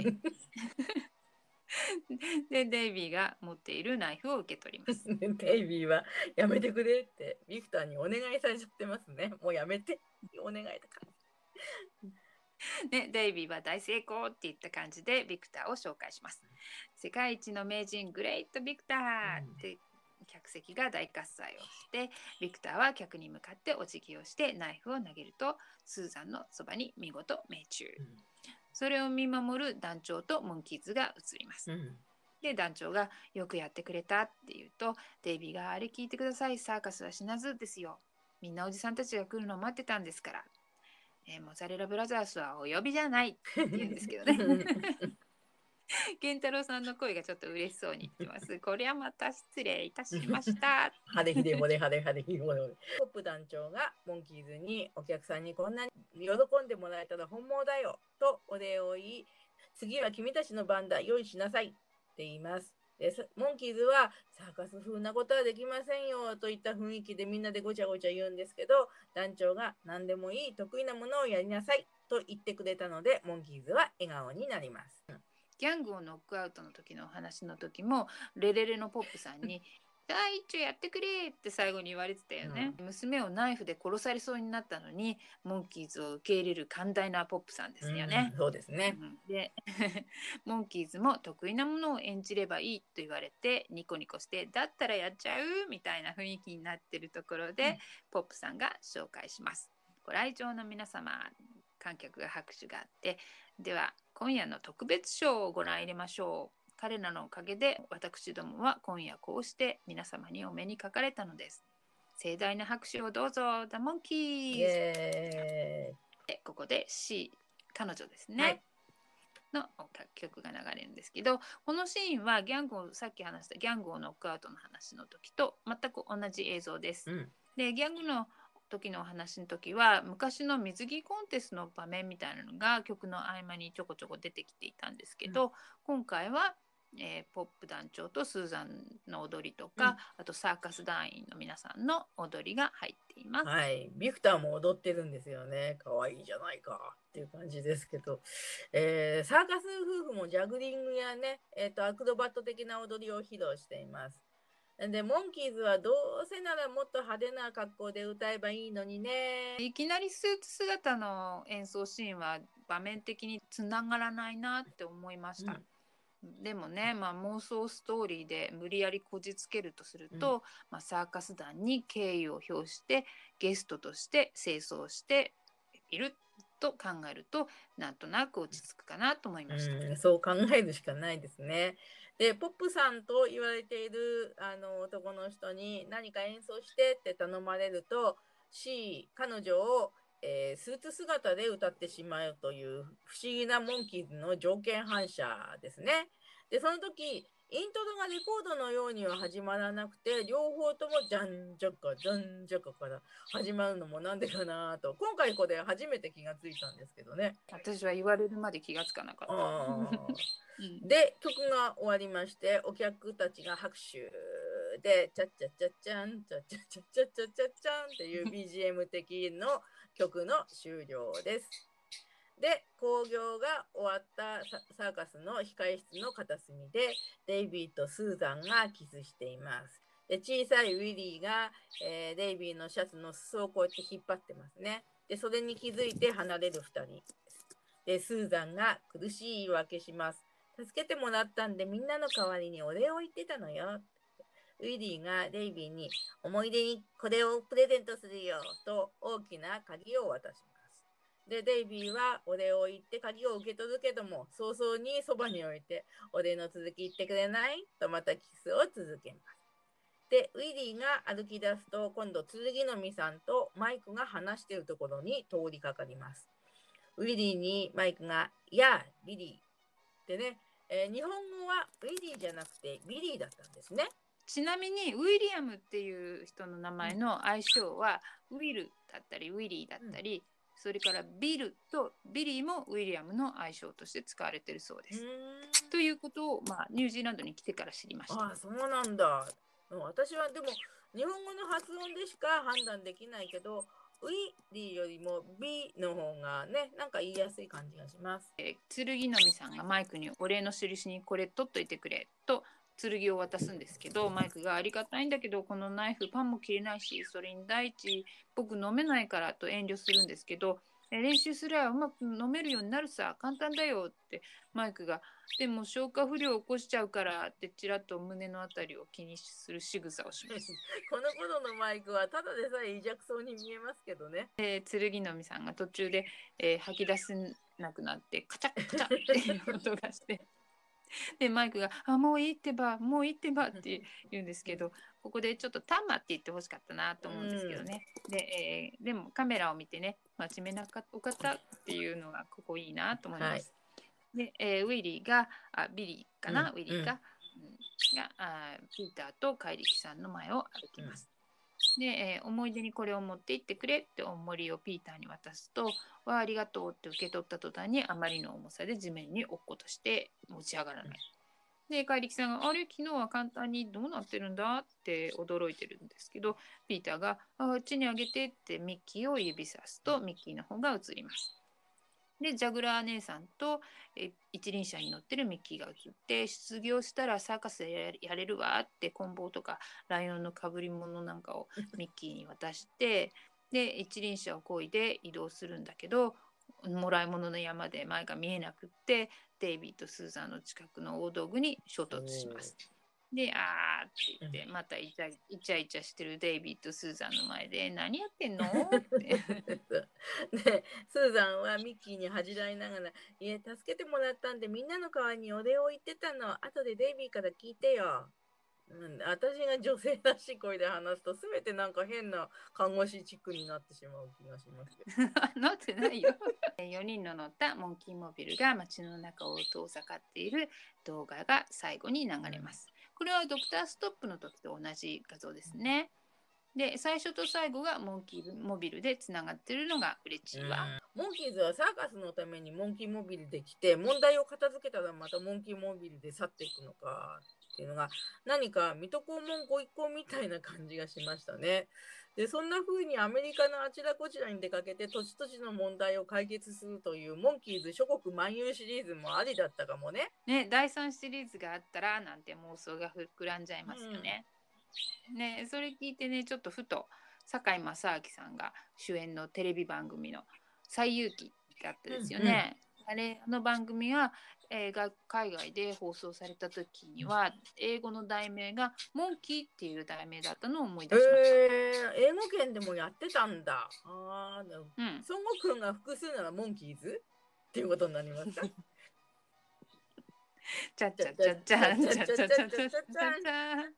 でデイビーが持っているナイフを受け取りますデイビーはやめてくれってビクターにお願いされちゃってますね。もうやめてお願いだからね、デイビーは大成功っていった感じでビクターを紹介します。世界一の名人グレートビクターって客席が大喝采をしてビクターは客に向かってお辞儀をしてナイフを投げるとスーザンのそばに見事命中、うん、それを見守る団長とモンキーズが映ります、うん、で団長がよくやってくれたって言うとデイビーがあれ聞いてくださいサーカスは死なずですよみんなおじさんたちが来るのを待ってたんですから、えー、モザレラブラザースはお呼びじゃないって言うんですけどね健太郎さんの声がちょっと嬉しそうに言ってます。これはまた失礼いたしました。 はでひでほではではでひでほで。ポップ団長がモンキーズにお客さんにこんなに喜んでもらえたら本望だよとお礼を言い、次は君たちの番だ、用意しなさいって言います。 でモンキーズはサーカス風なことはできませんよといった雰囲気でみんなでごちゃごちゃ言うんですけど、団長が何でもいい得意なものをやりなさいと言ってくれたので、モンキーズは笑顔になります。 ギャングをノックアウトの時のお話の時もレレレのポップさんに「あ一丁やってくれ!」って最後に言われてたよね、うん、娘をナイフで殺されそうになったのにモンキーズを受け入れる寛大なポップさんですよね、 うん、そうですね、 うん、でモンキーズも得意なものを演じればいいと言われてニコニコしてだったらやっちゃうみたいな雰囲気になってるところで、うん、ポップさんが紹介します。ご来場の皆様、観客が拍手があって、では今夜の特別ショーをご覧入れましょう。彼らのおかげで私どもは今夜こうして皆様にお目にかかれたのです。盛大な拍手をどうぞ。ザ・モンキーズ。でここで C 彼女ですね、はい、の曲が流れるんですけど、このシーンはギャングをさっき話したギャングをノックアウトの話の時と全く同じ映像です、うん、でギャングの時のお話の時は昔の水着コンテストの場面みたいなのが曲の合間にちょこちょこ出てきていたんですけど、うん、今回は、えー、ポップ団長とスーザンの踊りとか、うん、あとサーカス団員の皆さんの踊りが入っています。 はい、ビクターも踊ってるんですよね。かわいいじゃないかっていう感じですけど、えー、サーカス夫婦もジャグリングやね、えーと、アクロバット的な踊りを披露しています。でモンキーズはどうせならもっと派手な格好で歌えばいいのにね。 いきなりスーツ姿の演奏シーンは場面的につながらないなって思いました、うん、でもね、まあ、妄想ストーリーで無理やりこじつけるとすると、うんまあ、サーカス団に敬意を表してゲストとして清掃していると考えるとなんとなく落ち着くかなと思いました。 うん、そう考えるしかないですね。でポップさんと言われているあの男の人に何か演奏してって頼まれると C 彼女を、えー、スーツ姿で歌ってしまうという不思議なモンキーズの条件反射ですね。でその時イントロがレコードのようには始まらなくて両方ともジャンジャカジャンジャカから始まるのもなんでかなと今回これ初めて気がついたんですけどね。 私は言われるまで気がつかなかった。 うん、で曲が終わりましてお客たちが拍手でチャッチャッチャッチャンチャッチャッチャッチャッチャッチャッチャンっていう ビージーエム 的の曲の終了です。で興行が終わったサーカスの控え室の片隅でデイビーとスーザンがキスしています。で小さいウィリーが、えー、デイビーのシャツの裾をこうやって引っ張ってますね。でそれに気づいて離れるふたりでスーザンが苦しい言い訳します。助けてもらったんでみんなの代わりにお礼を言ってたのよ。ウィリーがデイビーに思い出にこれをプレゼントするよと大きな鍵を渡します。でデイビーはお礼を言って鍵を受け取るけども早々にそばに置いてお礼の続き言ってくれないとまたキスを続けます。でウィリーが歩き出すと今度剣の実さんとマイクが話しているところに通りかかります。ウィリーにマイクが「いやビリー」ってね、えー、日本語はウィリーじゃなくてビリーだったんですね。 ちなみにウィリアムっていう人の名前の愛称はウィルだったりウィリーだったり、うん、それからビルとビリーもウィリアムの愛称として使われているそうです。ということを、まあ、ニュージーランドに来てから知りました。 ああそうなんだ。私はでも日本語の発音でしか判断できないけどウィリーよりも B の方がねなんか言いやすい感じがします。 えー、剣の実さんがマイクにお礼の印にこれ取っといてくれと剣を渡すんですけどマイクがありがたいんだけどこのナイフパンも切れないしそれに第一僕飲めないからと遠慮するんですけど練習すればうまく飲めるようになるさ簡単だよってマイクがでも消化不良を起こしちゃうからってちらっと胸のあたりを気にする仕草をしますこの頃のマイクはただでさえ脆弱そうに見えますけどね。 えー、剣の実さんが途中で、えー、吐き出せなくなってカチャカチャっていう音がしてでマイクが「あもういいってばもういいってば」って言うんですけどここでちょっと「タンマ」って言ってほしかったなと思うんですけどね、うん、で, えー、でもカメラを見てね真面目なお方っていうのがここいいなと思います、はい、で、えー、ウィリーがあビリーかな、うん、ウィリーが、うん、があピーターと怪力さんの前を歩きます、うん、で、えー、思い出にこれを持って行ってくれって重りをピーターに渡すとわありがとうって受け取った途端にあまりの重さで地面に落っことして持ち上がらない。 で怪力さんが「あれ昨日は簡単にどうなってるんだ?」って驚いてるんですけど、ピーターが「あっちにあげて」ってミッキーを指さすとミッキーの方が映ります。でジャグラー姉さんとえ一輪車に乗ってるミッキーが映って、失業したらサーカスでやれやれるわって棍棒とかライオンのかぶり物なんかをミッキーに渡してで一輪車を漕いで移動するんだけど、もらい物の山で前が見えなくってデイビーとスーザンの近くの大道具に衝突します。で、あーって言って、またイチャイチャイチャしてるデイビーとスーザンの前で、何やってんのってで、スーザンはミッキーに恥じらいながら、いえ、助けてもらったんで、みんなの代わりにお礼を言ってたの。後でデイビーから聞いてよ。うん、私が女性らしい声で話すと、すべてなんか変な看護師チックになってしまう気がしますけど。 なってないよ。よにんの乗ったモンキーモビルが街の中を遠ざかっている動画が最後に流れます。これはドクターストップの時と同じ画像ですね。で、最初と最後がモンキーモビルでつながってるのが嬉しいわ。 うん、モンキーズはサーカスのためにモンキーモビルで来て、問題を片付けたらまたモンキーモビルで去っていくのかっていうのが、何か水戸黄門ご一行みたいな感じがしましたね。で、そんな風にアメリカのあちらこちらに出かけて土地土地の問題を解決するというモンキーズ諸国漫遊シリーズもありだったかもね。 ね、だいさんシリーズがあったらなんて妄想が膨らんじゃいますよね。うん、ね、それ聞いてね、ちょっとふと堺正明さんが主演のテレビ番組の「西遊記」ってあったですよね。うんうん、あれあの番組は映画海外で放送された時には英語の題名がモンキーっていう題名だったのを思い出しました。 えー、英語圏でもやってたんだ。ああ、うん、孫悟空が複数ならモンキーズっていうことになりますか。 ちゃちゃちゃちゃちゃちゃちゃちゃちゃちゃちゃ。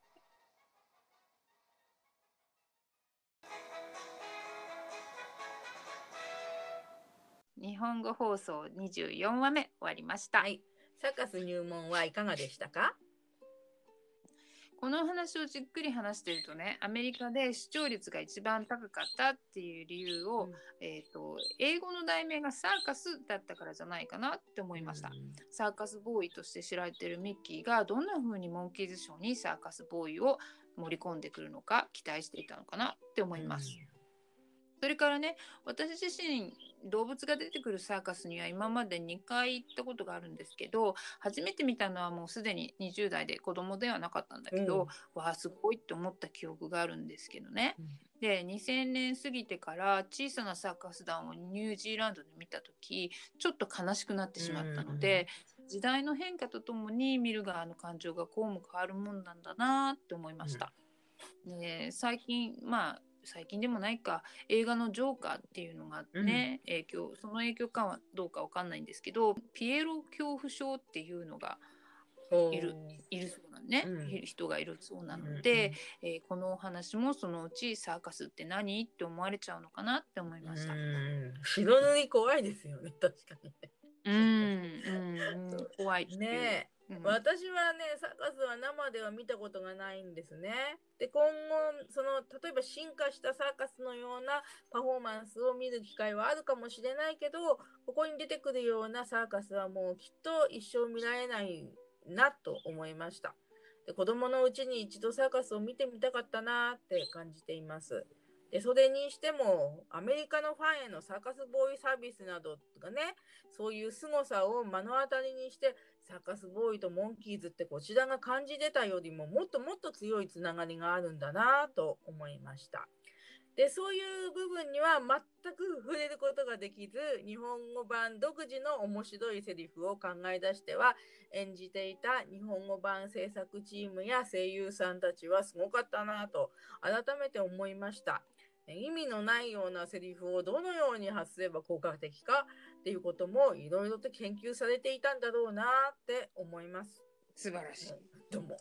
日本語放送にじゅうよんわめ終わりました。はい、 サーカス入門はいかがでしたか？ この話をじっくり話しているとね、アメリカで視聴率が一番高かったっていう理由を、うん、えーと、英語の題名がサーカスだったからじゃないかなって思いました。うん、サーカスボーイとして知られているミッキーがどんな風にモンキーズショーにサーカスボーイを盛り込んでくるのか期待していたのかなって思います。うん、それからね、私自身動物が出てくるサーカスには今までにかい行ったことがあるんですけど、初めて見たのはもうすでににじゅう代で子供ではなかったんだけど、うん、わあすごいって思った記憶があるんですけどね、うん、でにせんねん過ぎてから小さなサーカス団をニュージーランドで見た時ちょっと悲しくなってしまったので、うん、時代の変化とともに見る側の感情がこうも変わるもんなんだなって思いました。うん、で最近まあ最近でもないか映画のジョーカーっていうのがね、うん、影響その影響かはどうかわかんないんですけど、ピエロ恐怖症っていうのがいるいるそうなね、うん、人がいるそうなので、うん、えー、このお話もそのうちサーカスって何って思われちゃうのかなって思いました。うん、 白塗り怖いですよね、確かにね。 うん、うん、怖いっていうね。うん、私はね、サーカスは生では見たことがないんですね。で、今後、その、例えば進化したサーカスのようなパフォーマンスを見る機会はあるかもしれないけど、ここに出てくるようなサーカスはもうきっと一生見られないなと思いました。で、子供のうちに一度サーカスを見てみたかったなって感じています。で、それにしても、アメリカのファンへのサーカスボーイサービスなどがね、そういう凄さを目の当たりにして、サーカスボーイとモンキーズってこちらが感じてたよりももっともっと強いつながりがあるんだなと思いました。で、そういう部分には全く触れることができず、日本語版独自の面白いセリフを考え出しては、演じていた日本語版制作チームや声優さんたちはすごかったなと改めて思いました。意味のないようなセリフをどのように発すれば効果的かっていうこともいろいろと研究されていたんだろうなって思います。 素晴らしい。 どうも。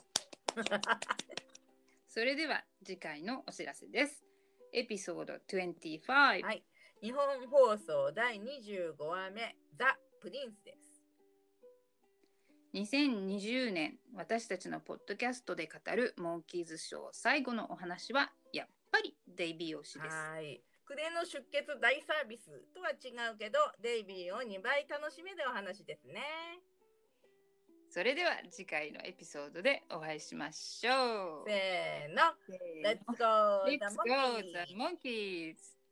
それでは次回のお知らせです。エピソードにじゅうご。はい。 日本放送だいにじゅうごわめ、ザ・プリンスです。 にせんにじゅうねん、私たちのポッドキャストで語るモンキーズショー最後のお話は、やっぱりデイビー推しです。 はい。暮れの出血大サービスとは違うけど、デイビーをにばい楽しめるお話ですね。 それでは次回のエピソードでお会いしましょう。 せーの。 せーの Let's go Let's the go monkey! the monkeys!